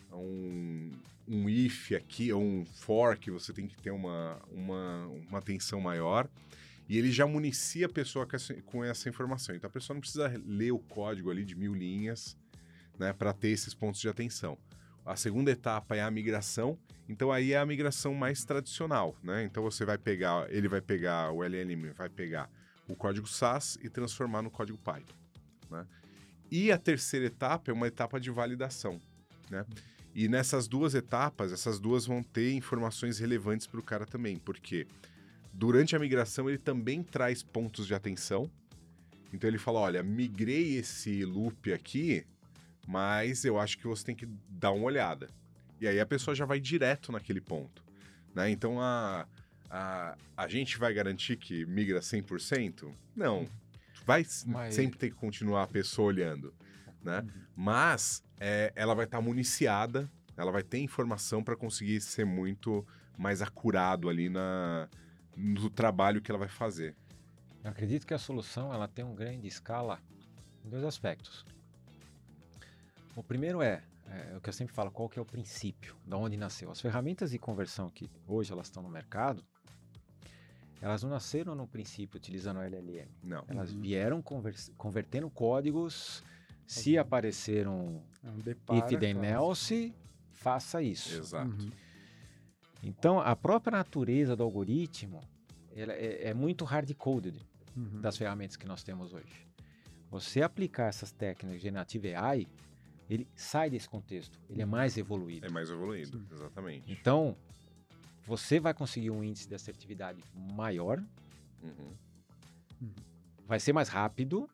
Speaker 1: if aqui, ou um for, que você tem que ter uma atenção maior. E ele já municia a pessoa com essa informação. Então, a pessoa não precisa ler o código ali de 1000 linhas, né, para ter esses pontos de atenção. A segunda etapa é a migração. Então, aí é a migração mais tradicional, né? Então, ele vai pegar, o LLM vai pegar o código SAS e transformar no código Python, né? E a terceira etapa é uma etapa de validação, né? E nessas 2 etapas, essas 2 vão ter informações relevantes para o cara também, porque durante a migração ele também traz pontos de atenção. Então, ele fala, olha, migrei esse loop aqui, mas eu acho que você tem que dar uma olhada. E aí a pessoa já vai direto naquele ponto, né? Então, a gente vai garantir que migra 100%? Não. Vai sempre ter que continuar a pessoa olhando, né? Mas ela vai estar municiada, ela vai ter informação para conseguir ser muito mais acurado ali no trabalho que ela vai fazer.
Speaker 2: Eu acredito que a solução ela tem uma grande escala em 2 aspectos. O primeiro é o que eu sempre falo, qual que é o princípio, da onde nasceu. As ferramentas de conversão que hoje elas estão no mercado, elas não nasceram no princípio utilizando o LLM.
Speaker 1: Não.
Speaker 2: Elas vieram convertendo códigos, se aparecer um if then else, faça isso.
Speaker 1: Exato.
Speaker 2: Então, a própria natureza do algoritmo ela é muito hard-coded das ferramentas que nós temos hoje. Você aplicar essas técnicas de Generative AI, ele sai desse contexto, ele é mais evoluído.
Speaker 1: É mais evoluído, exatamente.
Speaker 2: Então, você vai conseguir um índice de assertividade maior, vai ser mais rápido,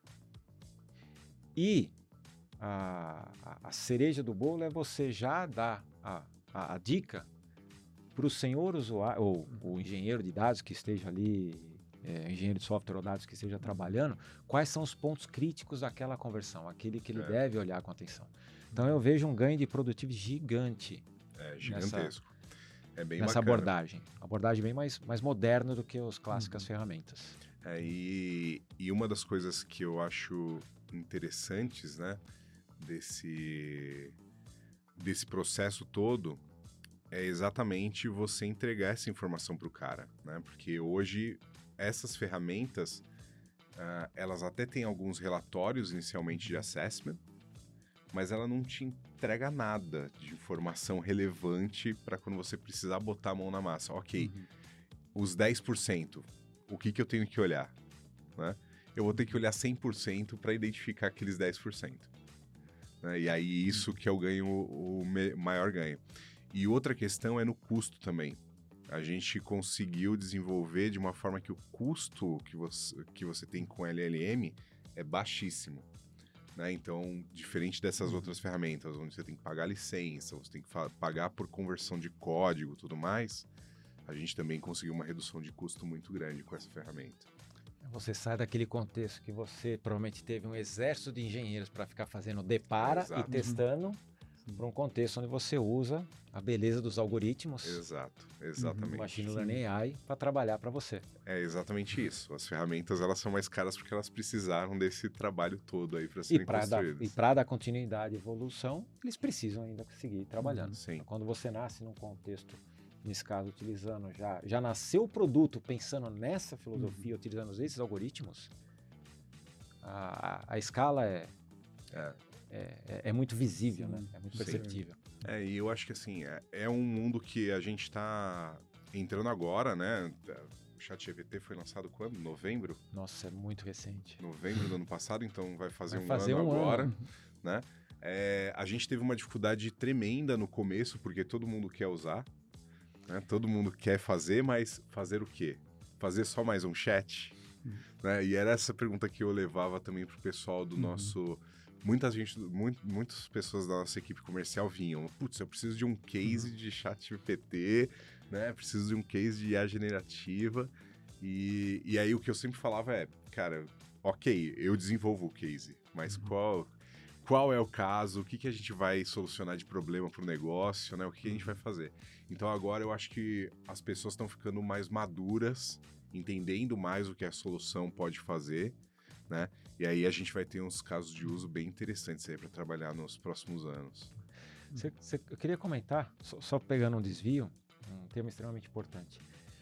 Speaker 2: e a cereja do bolo é você já dar a dica para o senhor usuário, ou o engenheiro de dados que esteja ali, engenheiro de software ou dados que esteja trabalhando, quais são os pontos críticos daquela conversão, aquele que ele deve olhar com atenção. Então eu vejo um ganho de produtividade gigante.
Speaker 1: Gigantesco. É bem
Speaker 2: nessa
Speaker 1: bacana.
Speaker 2: abordagem bem mais moderna do que as clássicas ferramentas.
Speaker 1: E uma das coisas que eu acho interessantes, né, desse processo todo é exatamente você entregar essa informação para o cara, né? Porque hoje essas ferramentas elas até têm alguns relatórios inicialmente de assessment, mas ela não te entrega nada de informação relevante para quando você precisar botar a mão na massa. Ok, os 10%, o que eu tenho que olhar? Né? Eu vou ter que olhar 100% para identificar aqueles 10%. Né? E aí isso que é o maior ganho. E outra questão é no custo também. A gente conseguiu desenvolver de uma forma que o custo que você tem com LLM é baixíssimo. Né? Então, diferente dessas outras ferramentas, onde você tem que pagar licença, você tem que pagar por conversão de código e tudo mais, a gente também conseguiu uma redução de custo muito grande com essa ferramenta.
Speaker 2: Você sai daquele contexto que você provavelmente teve um exército de engenheiros para ficar fazendo depara e testando, para um contexto onde você usa a beleza dos algoritmos.
Speaker 1: Exato, exatamente.
Speaker 2: Machine Learning AI para trabalhar para você.
Speaker 1: É exatamente isso. As ferramentas elas são mais caras porque elas precisaram desse trabalho todo aí para serem construídas.
Speaker 2: E para dar continuidade e evolução, eles precisam ainda seguir trabalhando.
Speaker 1: Sim.
Speaker 2: Então, quando você nasce num contexto, nesse caso, utilizando já nasceu o produto pensando nessa filosofia, utilizando esses algoritmos, a escala é muito visível, né? É muito perceptível.
Speaker 1: E eu acho que assim, é um mundo que a gente está entrando agora, né? O ChatGPT foi lançado quando? Novembro?
Speaker 2: Nossa, é muito recente.
Speaker 1: Novembro do ano passado, então vai fazer um ano agora, né? A gente teve uma dificuldade tremenda no começo, porque todo mundo quer usar, né? Todo mundo quer fazer, mas fazer o quê? Fazer só mais um chat? Né? E era essa pergunta que eu levava também pro pessoal do nosso muitas pessoas da nossa equipe comercial vinham, putz, eu preciso de um case de ChatGPT, né? Preciso de um case de IA generativa. E aí o que eu sempre falava é, cara, ok, eu desenvolvo o case, mas qual é o caso, o que a gente vai solucionar de problema para o negócio, né? O que a gente vai fazer? Então agora eu acho que as pessoas estão ficando mais maduras, entendendo mais o que a solução pode fazer, né? E aí a gente vai ter uns casos de uso bem interessantes aí para trabalhar nos próximos anos.
Speaker 2: Eu queria comentar, só pegando um desvio, um tema extremamente importante.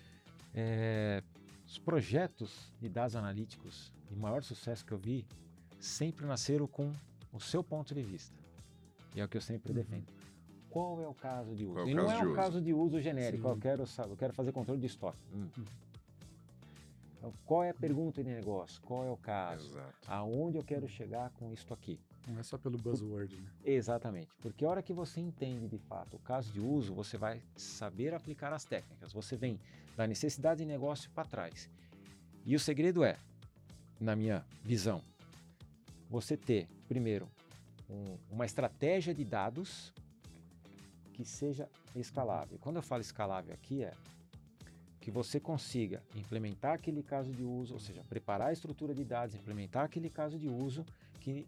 Speaker 2: Os projetos de dados analíticos de maior sucesso que eu vi sempre nasceram com o seu ponto de vista. E é o que eu sempre defendo. Qual é o caso de uso? E não é um caso de uso genérico. Eu quero fazer controle de estoque. Então, qual é a pergunta de negócio? Qual é o caso?
Speaker 1: Exato.
Speaker 2: Aonde eu quero chegar com isto aqui?
Speaker 3: Não é só pelo buzzword, né?
Speaker 2: Exatamente. Porque a hora que você entende de fato o caso de uso, você vai saber aplicar as técnicas. Você vem da necessidade de negócio para trás. E o segredo é, na minha visão, você ter, primeiro, uma estratégia de dados que seja escalável. Quando eu falo escalável aqui é que você consiga implementar aquele caso de uso, ou seja, preparar a estrutura de dados, implementar aquele caso de uso que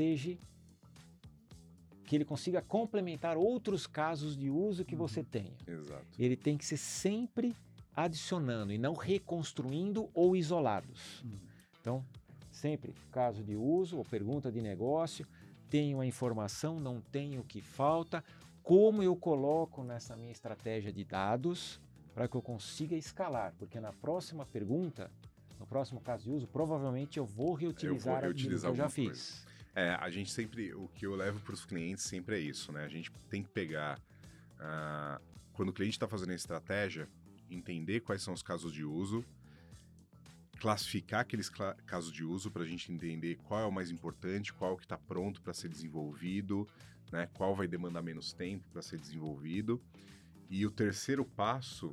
Speaker 2: ele consiga complementar outros casos de uso que você tenha.
Speaker 1: Exato.
Speaker 2: Ele tem que ser sempre adicionando e não reconstruindo ou isolados. Então, sempre caso de uso ou pergunta de negócio, tenho a informação, não tenho o que falta, como eu coloco nessa minha estratégia de dados para que eu consiga escalar, porque na próxima pergunta, no próximo caso de uso, provavelmente eu vou reutilizar aquilo que eu já fiz.
Speaker 1: A gente sempre, o que eu levo para os clientes sempre é isso, né? A gente tem que pegar, quando o cliente está fazendo a estratégia, entender quais são os casos de uso, classificar aqueles casos de uso para a gente entender qual é o mais importante, qual é o que está pronto para ser desenvolvido, né? Qual vai demandar menos tempo para ser desenvolvido. E o terceiro passo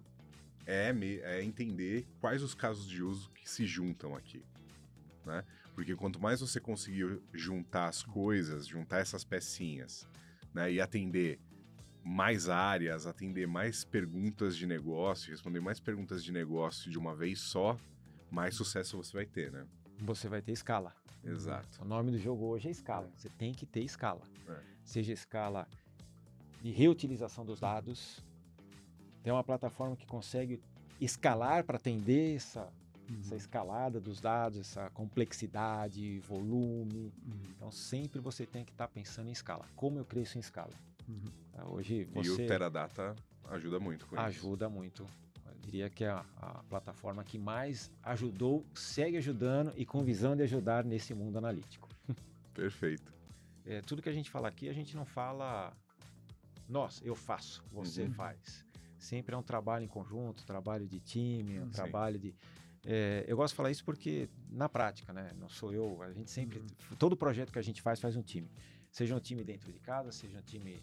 Speaker 1: é entender quais os casos de uso que se juntam aqui, né? Porque quanto mais você conseguir juntar as coisas, juntar essas pecinhas, né, e atender mais áreas, atender mais perguntas de negócio, responder mais perguntas de negócio de uma vez só, mais sucesso você vai ter, né?
Speaker 2: Você vai ter escala.
Speaker 1: Exato.
Speaker 2: O nome do jogo hoje é escala. Você tem que ter escala. Seja escala de reutilização dos dados. Tem uma plataforma que consegue escalar para atender essa escalada dos dados, essa complexidade, volume. Então, sempre você tem que estar pensando em escala. Como eu cresço em escala? Hoje você...
Speaker 1: E o Teradata ajuda muito com isso.
Speaker 2: Ajuda muito. Eu diria que é a plataforma que mais ajudou, segue ajudando e com visão de ajudar nesse mundo analítico.
Speaker 1: Perfeito.
Speaker 2: Tudo que a gente fala aqui, a gente não fala eu faço, você faz. Sempre é um trabalho em conjunto, trabalho de time, um trabalho de... eu gosto de falar isso porque, na prática, né? Não sou eu, a gente sempre... Todo projeto que a gente faz um time. Seja um time dentro de casa, seja um time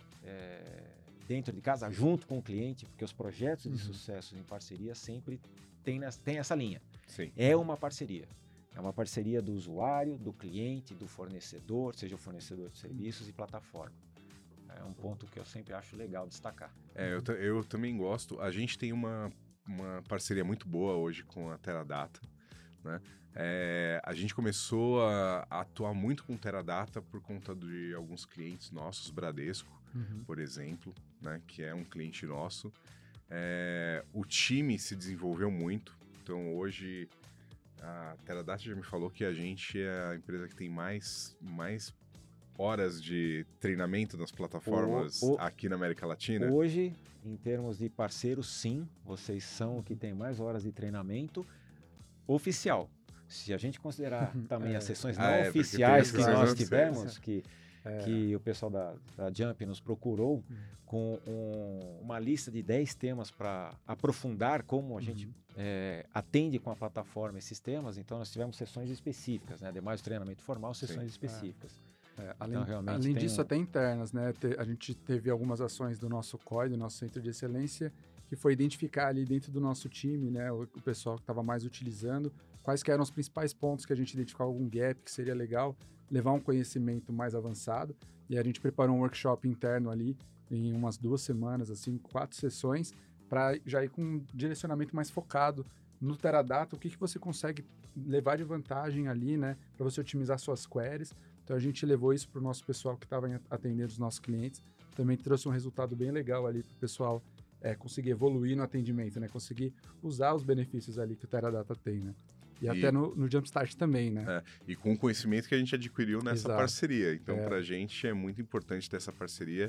Speaker 2: dentro de casa, junto com o cliente, porque os projetos de sucesso em parceria sempre tem essa linha.
Speaker 1: Sim.
Speaker 2: É uma parceria. É uma parceria do usuário, do cliente, do fornecedor, seja o fornecedor de serviços e plataforma. É um ponto que eu sempre acho legal destacar.
Speaker 1: Eu também gosto. A gente tem uma parceria muito boa hoje com a Teradata, né? A gente começou a atuar muito com Teradata por conta de alguns clientes nossos, Bradesco, por exemplo, né? Que é um cliente nosso. O time se desenvolveu muito. Então, hoje, a Teradata já me falou que a gente é a empresa que tem mais horas de treinamento nas plataformas aqui na América Latina?
Speaker 2: Hoje, em termos de parceiros, sim, vocês são o que tem mais horas de treinamento oficial. Se a gente considerar também as sessões não oficiais que nós tivemos, que o pessoal da Jump nos procurou com uma lista de 10 temas para aprofundar como a gente atende com a plataforma esses temas, então nós tivemos sessões específicas, né? Ademais do treinamento formal, sessões específicas.
Speaker 3: Além disso, até internas, né? A gente teve algumas ações do nosso COI, do nosso Centro de Excelência, que foi identificar ali dentro do nosso time, né, o pessoal que estava mais utilizando, quais que eram os principais pontos que a gente identificava algum gap que seria legal, levar um conhecimento mais avançado, e a gente preparou um workshop interno ali, em umas 2 semanas, assim, 4 sessões, para já ir com um direcionamento mais focado no Teradata, o que você consegue levar de vantagem ali, né, para você otimizar suas queries. Então a gente levou isso para o nosso pessoal que estava atendendo os nossos clientes, também trouxe um resultado bem legal ali para o pessoal conseguir evoluir no atendimento, né, conseguir usar os benefícios ali que o Teradata tem, né. E até no Jumpstart também, né?
Speaker 1: E com o conhecimento que a gente adquiriu nessa
Speaker 3: Exato.
Speaker 1: parceria. Então, para a gente é muito importante ter essa parceria.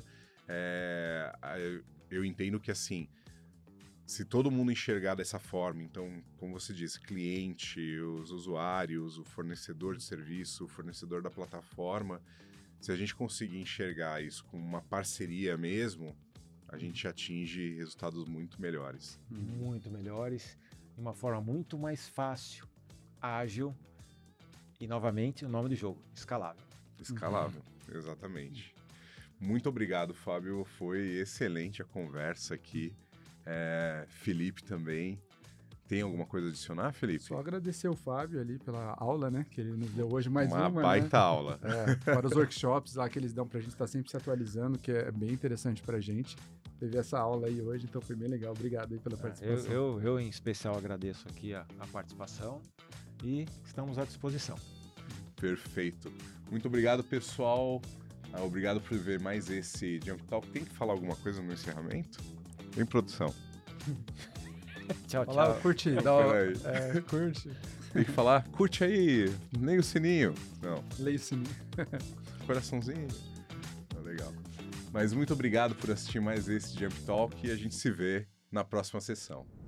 Speaker 1: Eu entendo que, assim, se todo mundo enxergar dessa forma, então, como você disse, cliente, os usuários, o fornecedor de serviço, o fornecedor da plataforma, se a gente conseguir enxergar isso como uma parceria mesmo, a gente atinge resultados muito melhores.
Speaker 2: Muito melhores, de uma forma muito mais fácil, ágil e, novamente, o nome do jogo, escalável.
Speaker 1: Escalável, exatamente. Muito obrigado, Fábio. Foi excelente a conversa aqui. Felipe também. Tem alguma coisa a adicionar, Felipe?
Speaker 3: Só agradecer o Fábio ali pela aula, né? Que ele nos deu hoje mais uma,
Speaker 1: baita aula.
Speaker 3: Para os workshops lá que eles dão pra gente estar sempre se atualizando, que é bem interessante pra gente. Teve essa aula aí hoje, então foi bem legal. Obrigado aí pela participação.
Speaker 2: Eu em especial agradeço aqui a participação e estamos à disposição.
Speaker 1: Perfeito. Muito obrigado, pessoal. Obrigado por ver mais esse Jump Talk. Tem que falar alguma coisa no encerramento? Em produção.
Speaker 2: Tchau,
Speaker 3: Fala,
Speaker 2: tchau.
Speaker 3: curte, curte.
Speaker 1: Tem que falar, curte aí, nem o sininho. Não,
Speaker 3: Leia o sininho.
Speaker 1: coraçãozinho. Legal. Mas muito obrigado por assistir mais esse Jump Talk e a gente se vê na próxima sessão.